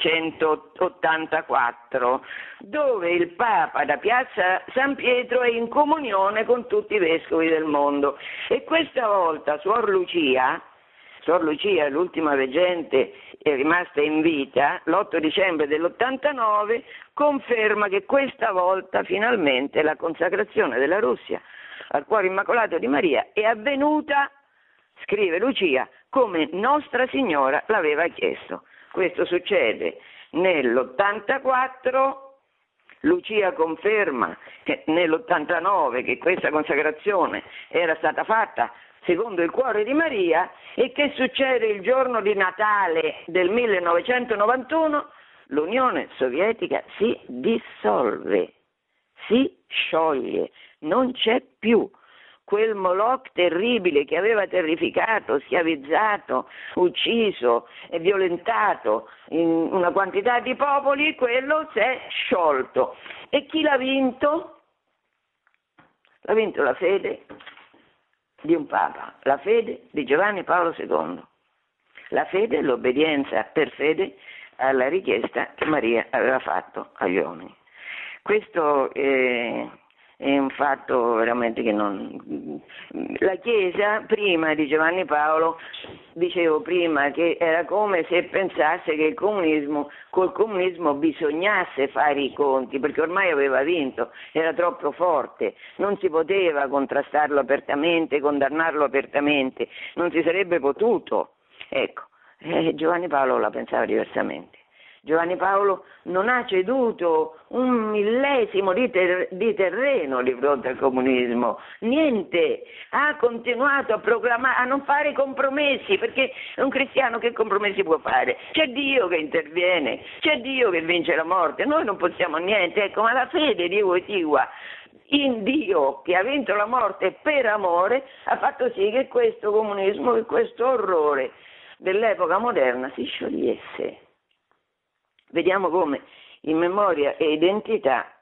1984, dove il Papa da Piazza San Pietro è in comunione con tutti i vescovi del mondo. E questa volta Suor Lucia, l'ultima veggente è rimasta in vita, l'8 dicembre dell'89, conferma che questa volta finalmente la consacrazione della Russia al Cuore Immacolato di Maria è avvenuta, scrive Lucia, come Nostra Signora l'aveva chiesto. Questo succede nell'84, Lucia conferma che nell'89 che questa consacrazione era stata fatta secondo il Cuore di Maria. E che succede il giorno di Natale del 1991? L'Unione Sovietica si dissolve, si scioglie, non c'è più. Quel Moloch terribile che aveva terrificato, schiavizzato, ucciso e violentato in una quantità di popoli, quello si è sciolto. E chi l'ha vinto? L'ha vinto la fede di un Papa, la fede di Giovanni Paolo II, la fede e l'obbedienza per fede alla richiesta che Maria aveva fatto agli uomini. Questo è un fatto veramente che non... La Chiesa prima di Giovanni Paolo, dicevo prima, che era come se pensasse che col comunismo bisognasse fare i conti, perché ormai aveva vinto, era troppo forte, non si poteva contrastarlo apertamente, condannarlo apertamente, non si sarebbe potuto. Ecco, Giovanni Paolo la pensava diversamente. Giovanni Paolo non ha ceduto un millesimo di terreno di fronte al comunismo, niente, ha continuato a proclamare, a non fare compromessi, perché un cristiano che compromessi può fare? C'è Dio che interviene, c'è Dio che vince la morte, noi non possiamo niente, ecco, ma la fede di Wojtyła in Dio che ha vinto la morte per amore ha fatto sì che questo comunismo, che questo orrore dell'epoca moderna si sciogliesse. Vediamo come in Memoria e Identità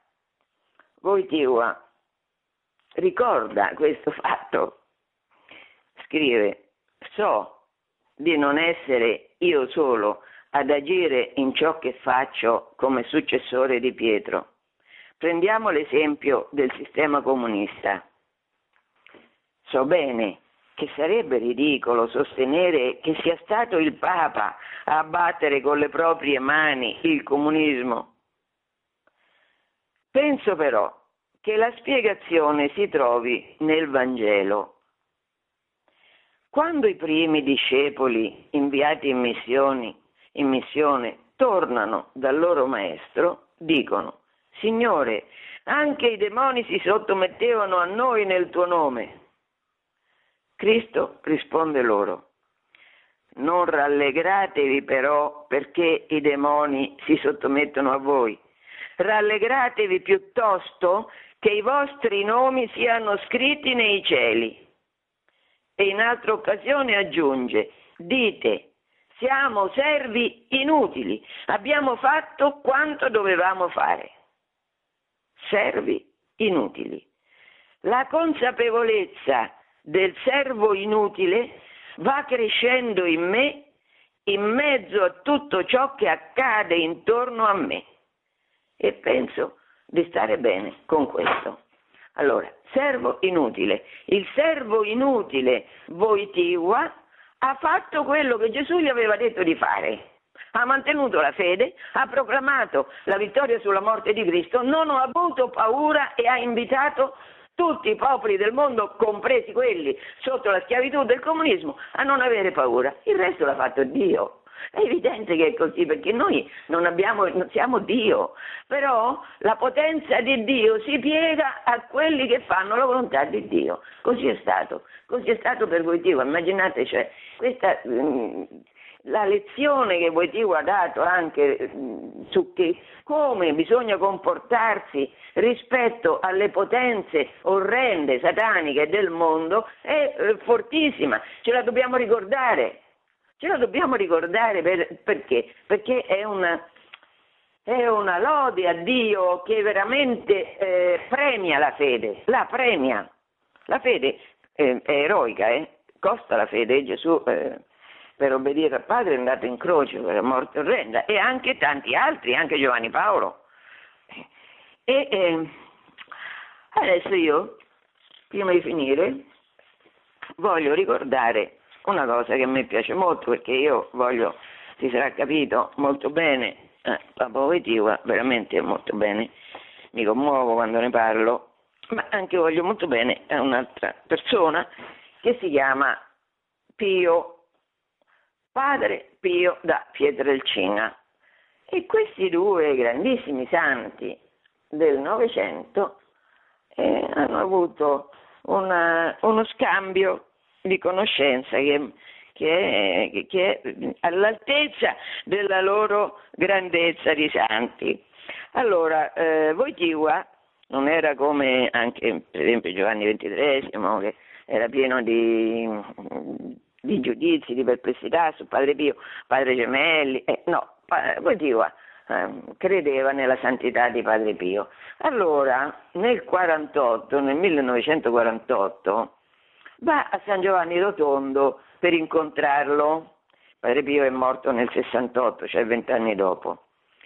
Wojtyła ricorda questo fatto. Scrive: so di non essere io solo ad agire in ciò che faccio come successore di Pietro. Prendiamo l'esempio del sistema comunista. So bene che sarebbe ridicolo sostenere che sia stato il Papa a abbattere con le proprie mani il comunismo. Penso però che la spiegazione si trovi nel Vangelo. Quando i primi discepoli inviati in missione tornano dal loro maestro, dicono: Signore, anche i demoni si sottomettevano a noi nel tuo nome. Cristo risponde loro: non rallegratevi però perché i demoni si sottomettono a voi, rallegratevi piuttosto che i vostri nomi siano scritti nei cieli. E in altra occasione aggiunge: dite, siamo servi inutili, abbiamo fatto quanto dovevamo fare. Servi inutili. La consapevolezza del servo inutile va crescendo in me in mezzo a tutto ciò che accade intorno a me, e penso di stare bene con questo. Allora, servo inutile. Il servo inutile Wojtyła ha fatto quello che Gesù gli aveva detto di fare. Ha mantenuto la fede, ha proclamato la vittoria sulla morte di Cristo, non ha avuto paura e ha invitato tutti i popoli del mondo, compresi quelli sotto la schiavitù del comunismo, a non avere paura. Il resto l'ha fatto Dio. È evidente che è così, perché noi non siamo Dio, però la potenza di Dio si piega a quelli che fanno la volontà di Dio. Così è stato per Wojtyła. Immaginate, cioè, questa la lezione che Wojtyła ha dato anche su come bisogna comportarsi rispetto alle potenze orrende, sataniche del mondo è fortissima, ce la dobbiamo ricordare. Perché? Perché è una lode a Dio che veramente premia la fede, la premia. La fede è eroica, costa la fede, Gesù per obbedire al padre è andato in croce per la morte orrenda, e anche tanti altri, anche Giovanni Paolo. Adesso io, prima di finire, voglio ricordare una cosa che a me piace molto, perché io voglio, si sarà capito molto bene, Papa Wojtyła, veramente molto bene, mi commuovo quando ne parlo, ma anche voglio molto bene a un'altra persona che si chiama Pio, padre Pio da Pietrelcina. E questi due grandissimi santi del Novecento hanno avuto uno scambio di conoscenza che è all'altezza della loro grandezza di santi. Allora, Wojtyła non era come anche per esempio Giovanni XXIII, che era pieno di giudizi, di perplessità su Padre Pio, Padre Gemelli, no, Wojtyła credeva nella santità di Padre Pio. Allora, nel 1948, va a San Giovanni Rotondo per incontrarlo. Padre Pio è morto nel 68, cioè 20 anni dopo.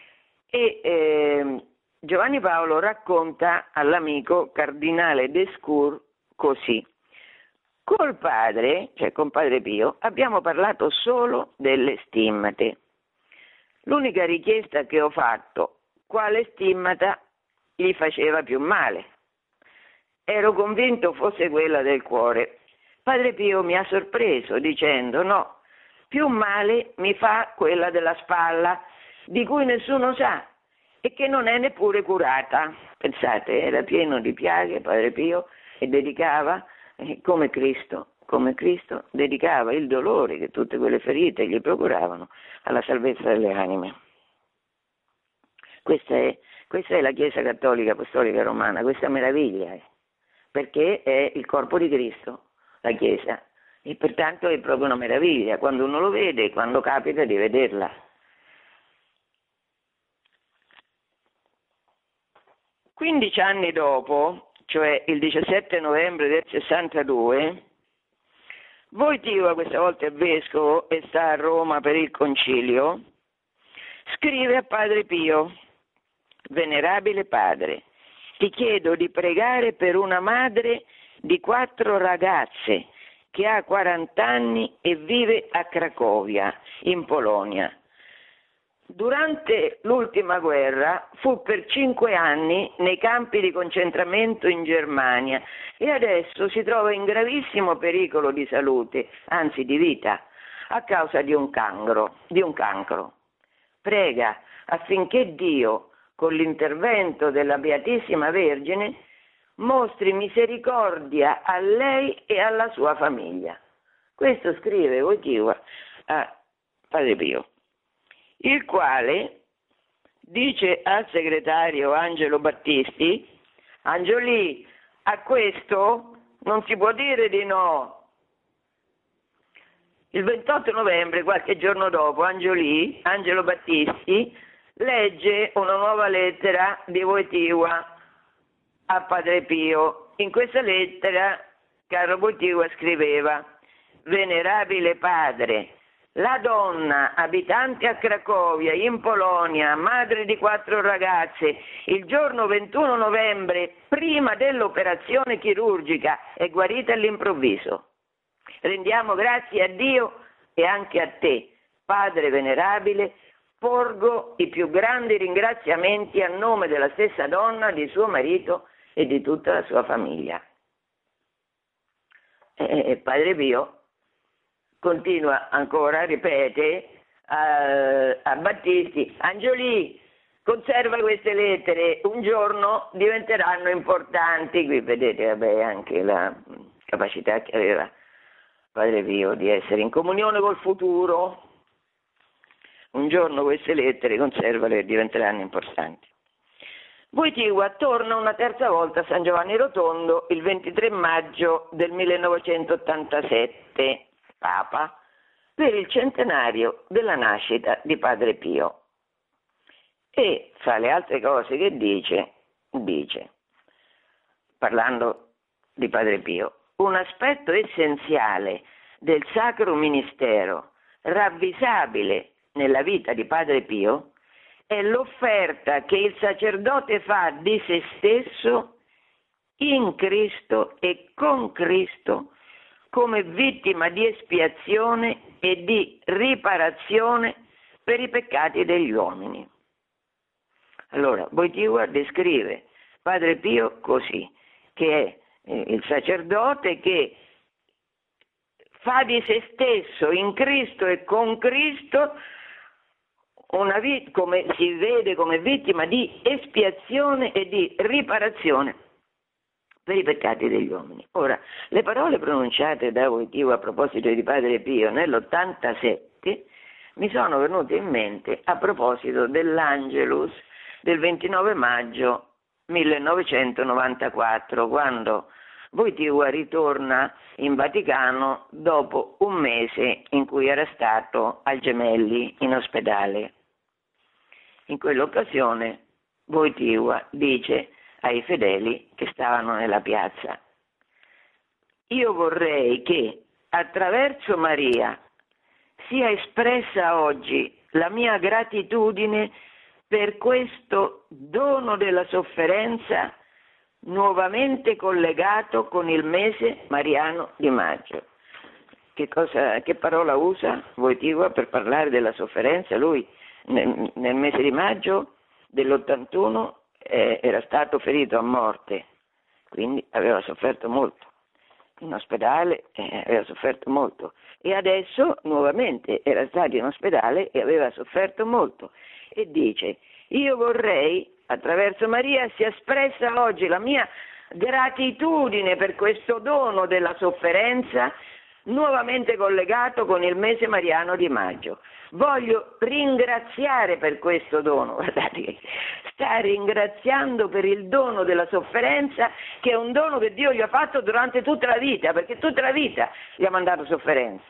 E Giovanni Paolo racconta all'amico cardinale Descours così: col padre, cioè con Padre Pio, abbiamo parlato solo delle stimmate. L'unica richiesta che ho fatto, quale stimmata gli faceva più male. Ero convinto fosse quella del cuore. Padre Pio mi ha sorpreso dicendo: no, più male mi fa quella della spalla, di cui nessuno sa e che non è neppure curata. Pensate, era pieno di piaghe Padre Pio e dedicava, come Cristo, dedicava il dolore che tutte quelle ferite gli procuravano alla salvezza delle anime. Questa è la Chiesa Cattolica Apostolica Romana, questa meraviglia, perché è il corpo di Cristo, la Chiesa, e pertanto è proprio una meraviglia quando uno lo vede, quando capita di vederla. Quindici anni dopo, cioè il 17 novembre del 62, Wojtyła, questa volta è vescovo e sta a Roma per il concilio, scrive a Padre Pio: venerabile padre, ti chiedo di pregare per una madre di 4 ragazze che ha 40 anni e vive a Cracovia, in Polonia. Durante l'ultima guerra fu per 5 anni nei campi di concentramento in Germania e adesso si trova in gravissimo pericolo di salute, anzi di vita, a causa di un cancro. Prega affinché Dio, con l'intervento della Beatissima Vergine, mostri misericordia a lei e alla sua famiglia. Questo scrive Wojtyła a Padre Pio, il quale dice al segretario Angelo Battisti: Angiolì, a questo non si può dire di no. Il 28 novembre, qualche giorno dopo, Angelo Battisti, legge una nuova lettera di Wojtyła a Padre Pio. In questa lettera, caro Wojtyła, scriveva: venerabile padre, la donna abitante a Cracovia, in Polonia, madre di 4 ragazze, il giorno 21 novembre, prima dell'operazione chirurgica, è guarita all'improvviso. Rendiamo grazie a Dio e anche a te, padre venerabile, porgo i più grandi ringraziamenti a nome della stessa donna, di suo marito e di tutta la sua famiglia. Padre Pio continua ancora, ripete a Battisti: Angiolì, conserva queste lettere, un giorno diventeranno importanti. Qui vedete anche la capacità che aveva Padre Pio di essere in comunione col futuro. Un giorno queste lettere, conservale, e diventeranno importanti. Wojtyła torna una terza volta a San Giovanni Rotondo il 23 maggio del 1987, Papa, per il centenario della nascita di Padre Pio. E fra le altre cose che dice, parlando di Padre Pio: un aspetto essenziale del sacro ministero ravvisabile nella vita di Padre Pio è l'offerta che il sacerdote fa di se stesso in Cristo e con Cristo come vittima di espiazione e di riparazione per i peccati degli uomini. Allora, Wojtyła descrive Padre Pio così, che è il sacerdote che fa di se stesso in Cristo e con Cristo come si vede come vittima di espiazione e di riparazione per i peccati degli uomini. Ora, le parole pronunciate da Wojtyła a proposito di Padre Pio nell'87 mi sono venute in mente a proposito dell'Angelus del 29 maggio 1994, quando Wojtyła ritorna in Vaticano dopo un mese in cui era stato al Gemelli in ospedale. In quell'occasione Wojtyła dice ai fedeli che stavano nella piazza: io vorrei che attraverso Maria sia espressa oggi la mia gratitudine per questo dono della sofferenza nuovamente collegato con il mese mariano di maggio. Che parola usa Wojtyła per parlare della sofferenza? Lui nel mese di maggio dell'81 era stato ferito a morte, quindi aveva sofferto molto. In ospedale aveva sofferto molto, e adesso nuovamente era stato in ospedale e aveva sofferto molto, e dice: io vorrei attraverso Maria sia espressa oggi la mia gratitudine per questo dono della sofferenza nuovamente collegato con il mese mariano di maggio. Voglio ringraziare per questo dono. Guardate che sta ringraziando per il dono della sofferenza, che è un dono che Dio gli ha fatto durante tutta la vita, perché tutta la vita gli ha mandato sofferenza.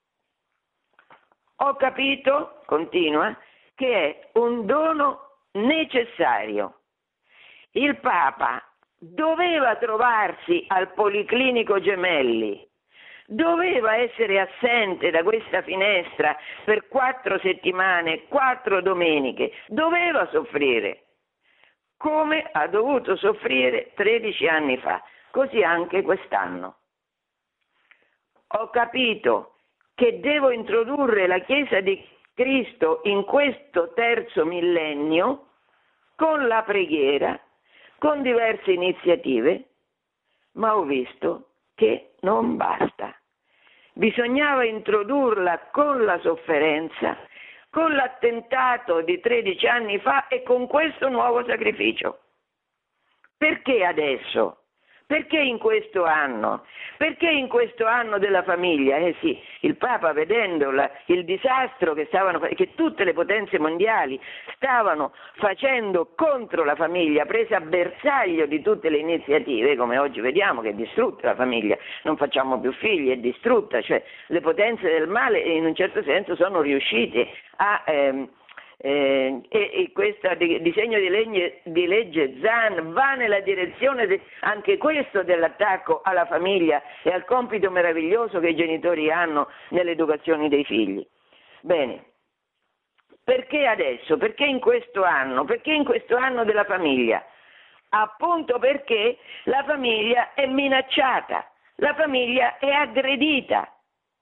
Ho capito, continua, che è un dono necessario. Il Papa doveva trovarsi al Policlinico Gemelli, doveva essere assente da questa finestra per 4 settimane, 4 domeniche, doveva soffrire, come ha dovuto soffrire 13 anni fa, così anche quest'anno. Ho capito che devo introdurre la Chiesa di Cristo in questo terzo millennio con la preghiera, con diverse iniziative, ma ho visto che non basta. Bisognava introdurla con la sofferenza, con l'attentato di 13 anni fa e con questo nuovo sacrificio. Perché adesso? Perché in questo anno? Perché in questo anno della famiglia? Sì, il Papa, vedendo il disastro che tutte le potenze mondiali stavano facendo contro la famiglia, presa a bersaglio di tutte le iniziative, come oggi vediamo che è distrutta la famiglia, non facciamo più figli, è distrutta, cioè le potenze del male in un certo senso sono riuscite a... e questo disegno di legge Zan va nella direzione anche questo dell'attacco alla famiglia e al compito meraviglioso che i genitori hanno nell'educazione dei figli. Bene, perché adesso? Perché in questo anno? Perché in questo anno della famiglia? Appunto perché la famiglia è minacciata, la famiglia è aggredita.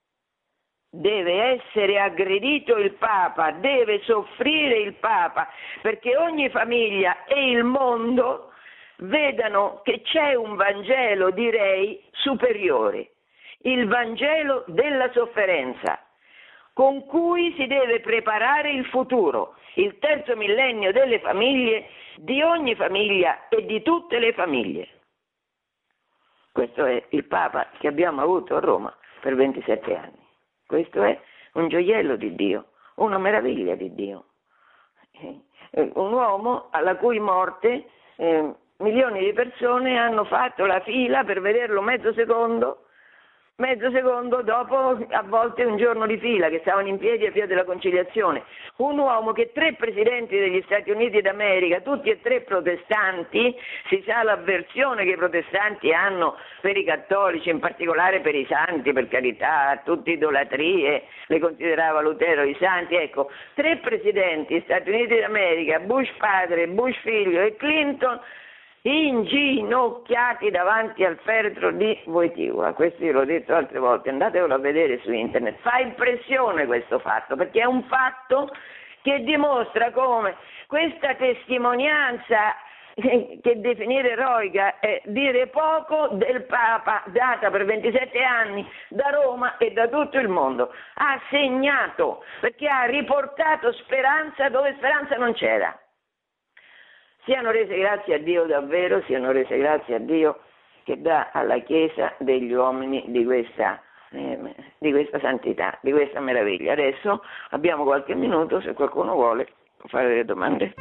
Deve essere aggredito il Papa, deve soffrire il Papa, perché ogni famiglia e il mondo vedano che c'è un Vangelo, direi, superiore, il Vangelo della sofferenza, con cui si deve preparare il futuro, il terzo millennio delle famiglie, di ogni famiglia e di tutte le famiglie. Questo è il Papa che abbiamo avuto a Roma per 27 anni. Questo è un gioiello di Dio, una meraviglia di Dio. Un uomo alla cui morte milioni di persone hanno fatto la fila per vederlo mezzo secondo, mezzo secondo dopo, a volte un giorno di fila, che stavano in piedi a Via della Conciliazione. Un uomo che 3 presidenti degli Stati Uniti d'America, tutti e 3 protestanti, si sa l'avversione che i protestanti hanno per i cattolici, in particolare per i santi, per carità, tutte idolatrie, le considerava Lutero i santi. Ecco, 3 presidenti degli Stati Uniti d'America, Bush padre, Bush figlio e Clinton, inginocchiati davanti al feretro di Wojtyła. Questo io l'ho detto altre volte, andatevelo a vedere su internet. Fa impressione questo fatto, perché è un fatto che dimostra come questa testimonianza, che definire eroica è dire poco, del Papa, data per 27 anni da Roma e da tutto il mondo, ha segnato, perché ha riportato speranza dove speranza non c'era. Siano rese grazie a Dio davvero, siano rese grazie a Dio che dà alla Chiesa degli uomini di questa santità, di questa meraviglia. Adesso abbiamo qualche minuto, se qualcuno vuole può fare delle domande.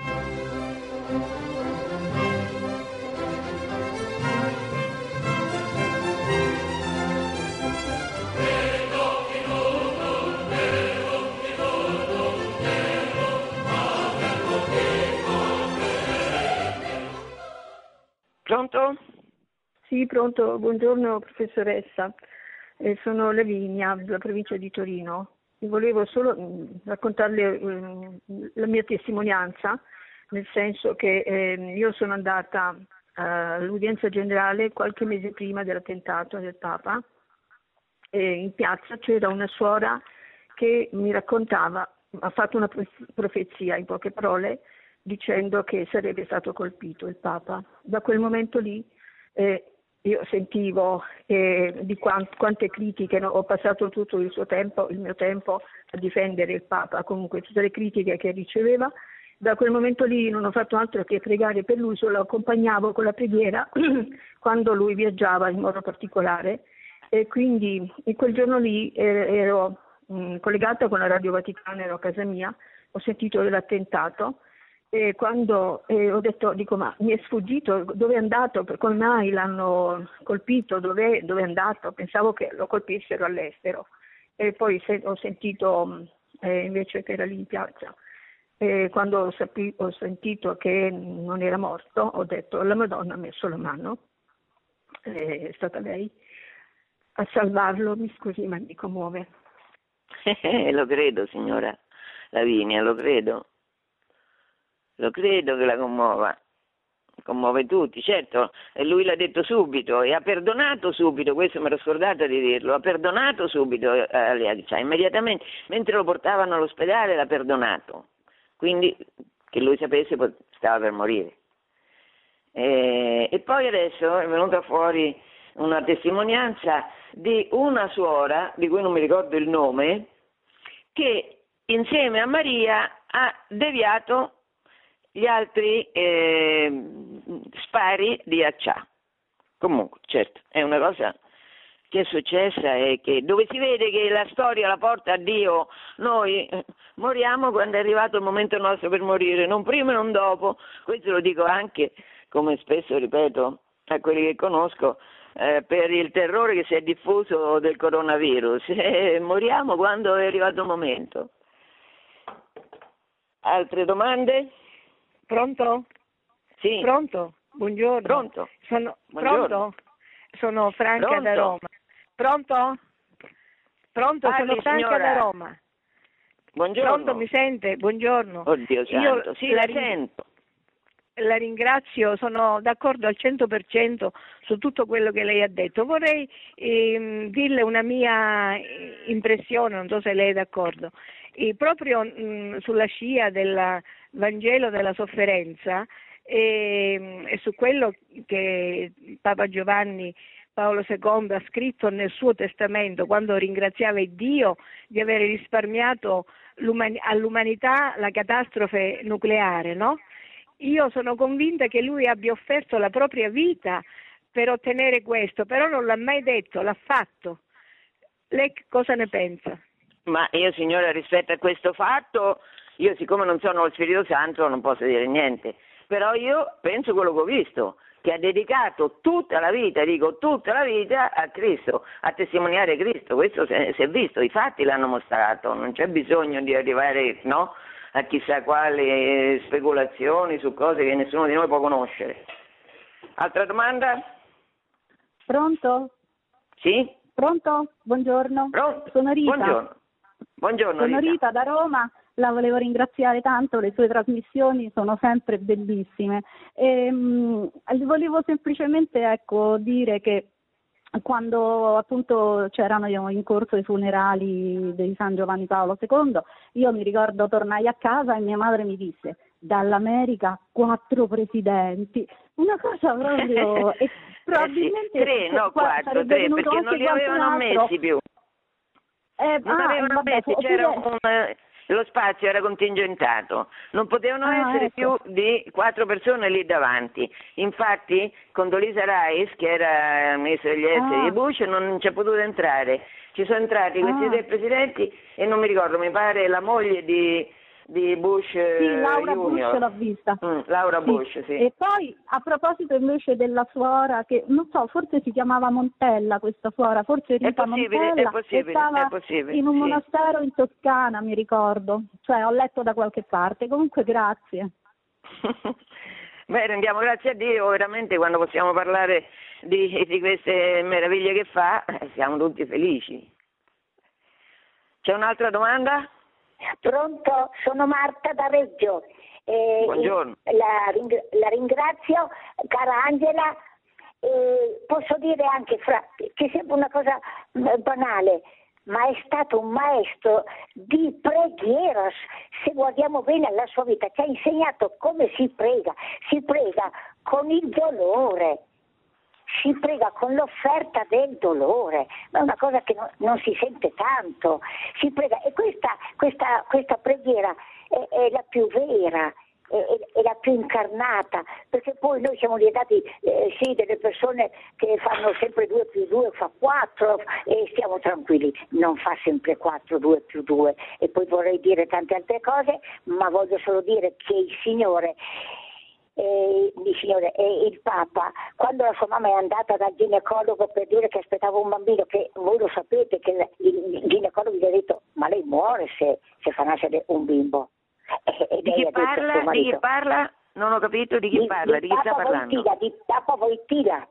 Pronto? Sì, pronto. Buongiorno professoressa. Sono Lavinia, della provincia di Torino. E volevo solo raccontarle la mia testimonianza, nel senso che io sono andata all'udienza generale qualche mese prima dell'attentato del Papa e in piazza c'era una suora che mi raccontava, ha fatto una profezia in poche parole, dicendo che sarebbe stato colpito il Papa. Da quel momento lì io sentivo di quante critiche, no? Ho passato tutto il mio tempo a difendere il Papa, comunque tutte le critiche che riceveva. Da quel momento lì non ho fatto altro che pregare per lui, solo accompagnavo con la preghiera quando lui viaggiava in modo particolare, e quindi in quel giorno lì ero collegata con la Radio Vaticana, ero a casa mia, ho sentito dell'attentato. E quando ho detto, ma mi è sfuggito, dove è andato, come mai l'hanno colpito, dove è andato, pensavo che lo colpissero all'estero, e poi ho sentito invece che era lì in piazza, e quando ho sentito che non era morto, ho detto, la Madonna ha messo la mano, è stata lei a salvarlo. Mi scusi, ma mi commuove. Lo credo, signora Lavinia, lo credo che la commuove tutti, certo, e lui l'ha detto subito e ha perdonato subito, questo mi ero scordata di dirlo, ha perdonato subito immediatamente, mentre lo portavano all'ospedale l'ha perdonato, quindi che lui sapesse stava per morire. E poi adesso è venuta fuori una testimonianza di una suora, di cui non mi ricordo il nome, che insieme a Maria ha deviato gli altri spari di Accià. Comunque, certo, è una cosa che è successa e che dove si vede che la storia la porta a Dio. Noi moriamo quando è arrivato il momento nostro per morire, non prima e non dopo. Questo lo dico anche, come spesso ripeto a quelli che conosco, per il terrore che si è diffuso del coronavirus. Moriamo quando è arrivato il momento. Altre domande? Pronto? Sì. Pronto? Buongiorno. Pronto? Buongiorno. Pronto? Sono Franca Pronto? da Roma. Pronto? Pronto? Parli, sono Franca signora. da Roma. Buongiorno. Pronto, mi sente? Buongiorno. Oddio santo, sì, la sento. La ringrazio, sono d'accordo al 100% su tutto quello che lei ha detto. Vorrei dirle una mia impressione, non so se lei è d'accordo. Proprio sulla scia del Vangelo della sofferenza e su quello che Papa Giovanni Paolo II ha scritto nel suo testamento quando ringraziava Dio di aver risparmiato all'umanità la catastrofe nucleare, no? Io sono convinta che lui abbia offerto la propria vita per ottenere questo, però non l'ha mai detto, l'ha fatto. Lei cosa ne pensa? Ma io, signora, rispetto a questo fatto, io siccome non sono lo Spirito Santo non posso dire niente, però io penso quello che ho visto, che ha dedicato tutta la vita, dico tutta la vita, a Cristo, a testimoniare Cristo. Questo si è visto, i fatti l'hanno mostrato, non c'è bisogno di arrivare, no, a chissà quali speculazioni su cose che nessuno di noi può conoscere. Altra domanda? Pronto? Sì? Pronto? Buongiorno. Pronto? Sono Rita. Buongiorno Sono Rita da Roma. La volevo ringraziare tanto, le sue trasmissioni sono sempre bellissime. Volevo semplicemente dire che quando appunto c'erano in corso i funerali di San Giovanni Paolo II, io mi ricordo tornai a casa e mia madre mi disse: dall'America 4 presidenti, una cosa proprio e probabilmente 3, no 4, 3, perché non li avevano messi più. Non avevano messi, c'era lo spazio era contingentato, non potevano essere più di 4 persone lì davanti. Infatti Condoleezza Rice, che era ministro degli esteri di Bush, non c'è potuto entrare. Ci sono entrati questi 3 presidenti e non mi ricordo, mi pare la moglie di Bush sì, Laura Junior. Bush l'ho vista. Laura sì. Bush, sì. E poi a proposito invece della suora, che non so, forse si chiamava Montella questa suora, forse Rita Montella, che stava in un monastero in Toscana, mi ricordo, cioè ho letto da qualche parte. Comunque grazie. Beh, rendiamo grazie a Dio, veramente quando possiamo parlare di queste meraviglie che fa, siamo tutti felici. C'è un'altra domanda? Pronto, sono Marta da Reggio. Buongiorno. La ringrazio, cara Angela. Posso dire anche che sembra una cosa banale, ma è stato un maestro di preghiera. Se guardiamo bene alla sua vita, ci ha insegnato come si prega con il dolore. Si prega con l'offerta del dolore, ma è una cosa che non si sente tanto. Si prega e questa preghiera è la più vera, è la più incarnata, perché poi noi siamo diventati delle persone che fanno sempre 2 più 2 fa 4 e stiamo tranquilli, non fa sempre 4, 2 più 2. E poi vorrei dire tante altre cose, ma voglio solo dire che il Signore il Papa, quando la sua mamma è andata dal ginecologo per dire che aspettava un bambino, che voi lo sapete che il ginecologo gli ha detto: ma lei muore se fa nascere un bimbo. Di chi parla? Di chi parla? Non ho capito di chi parla, di chi sta parlando? Di Papa Wojtyla.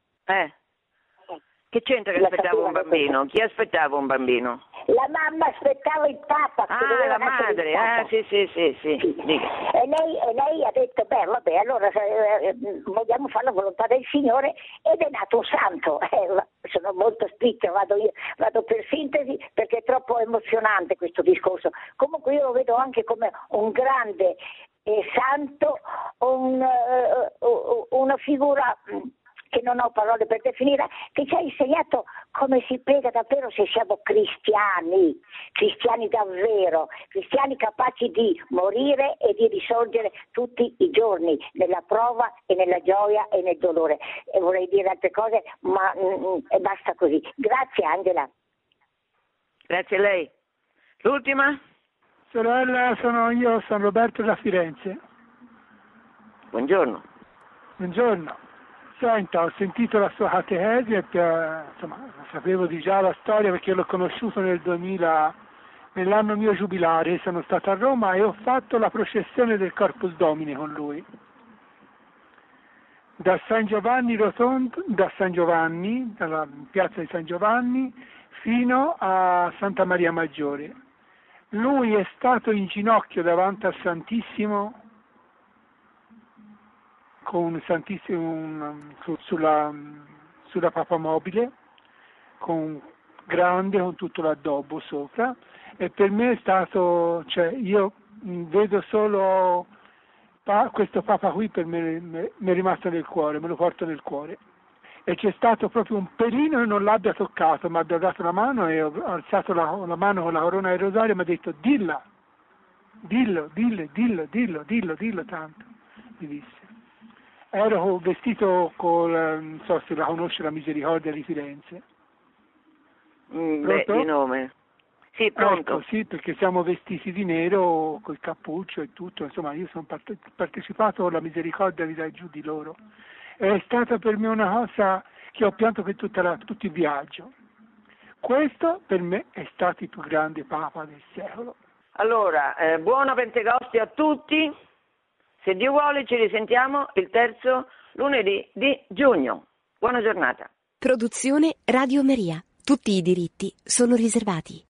Che c'entra che aspettava un bambino? Chi aspettava un bambino? La mamma aspettava il Papa. La madre, sì. E lei ha detto: beh, vabbè, allora vogliamo fare la volontà del Signore, ed è nato un santo. Sono molto spiccia, vado per sintesi perché è troppo emozionante questo discorso. Comunque io lo vedo anche come un grande santo, una figura che non ho parole per definire, che ci ha insegnato come si prega davvero se siamo cristiani davvero, cristiani capaci di morire e di risorgere tutti i giorni, nella prova e nella gioia e nel dolore. E vorrei dire altre cose, ma basta così. Grazie Angela. Grazie a lei. L'ultima? Sorella, sono Roberto da Firenze. Buongiorno. Buongiorno. Senta, ho sentito la sua catechesi e sapevo di già la storia perché l'ho conosciuto nel 2000, nell'anno mio giubilare. Sono stato a Roma e ho fatto la processione del Corpus Domini con lui. Da San Giovanni dalla piazza di San Giovanni, fino a Santa Maria Maggiore. Lui è stato in ginocchio davanti al Santissimo, con Santissimo sulla papamobile, con tutto l'addobbo sopra, e per me è stato, io vedo solo questo Papa qui, per me mi è rimasto nel cuore, me lo porto nel cuore. E c'è stato proprio un pelino e non l'abbia toccato, mi abbia dato la mano e ho alzato la mano con la corona del rosario e mi ha detto: dillo tanto, mi disse. Ero vestito non so se la conosce, la Misericordia di Firenze. Di nome. Sì, pronto. Ecco, sì, perché siamo vestiti di nero, col cappuccio e tutto, insomma io sono partecipato alla Misericordia di dai giù di loro. è stata per me una cosa che ho pianto per tutto il viaggio. Questo per me è stato il più grande Papa del secolo. Allora, buona Pentecoste a tutti. Se Dio vuole ci risentiamo il terzo lunedì di giugno. Buona giornata. Produzione Radio Maria. Tutti i diritti sono riservati.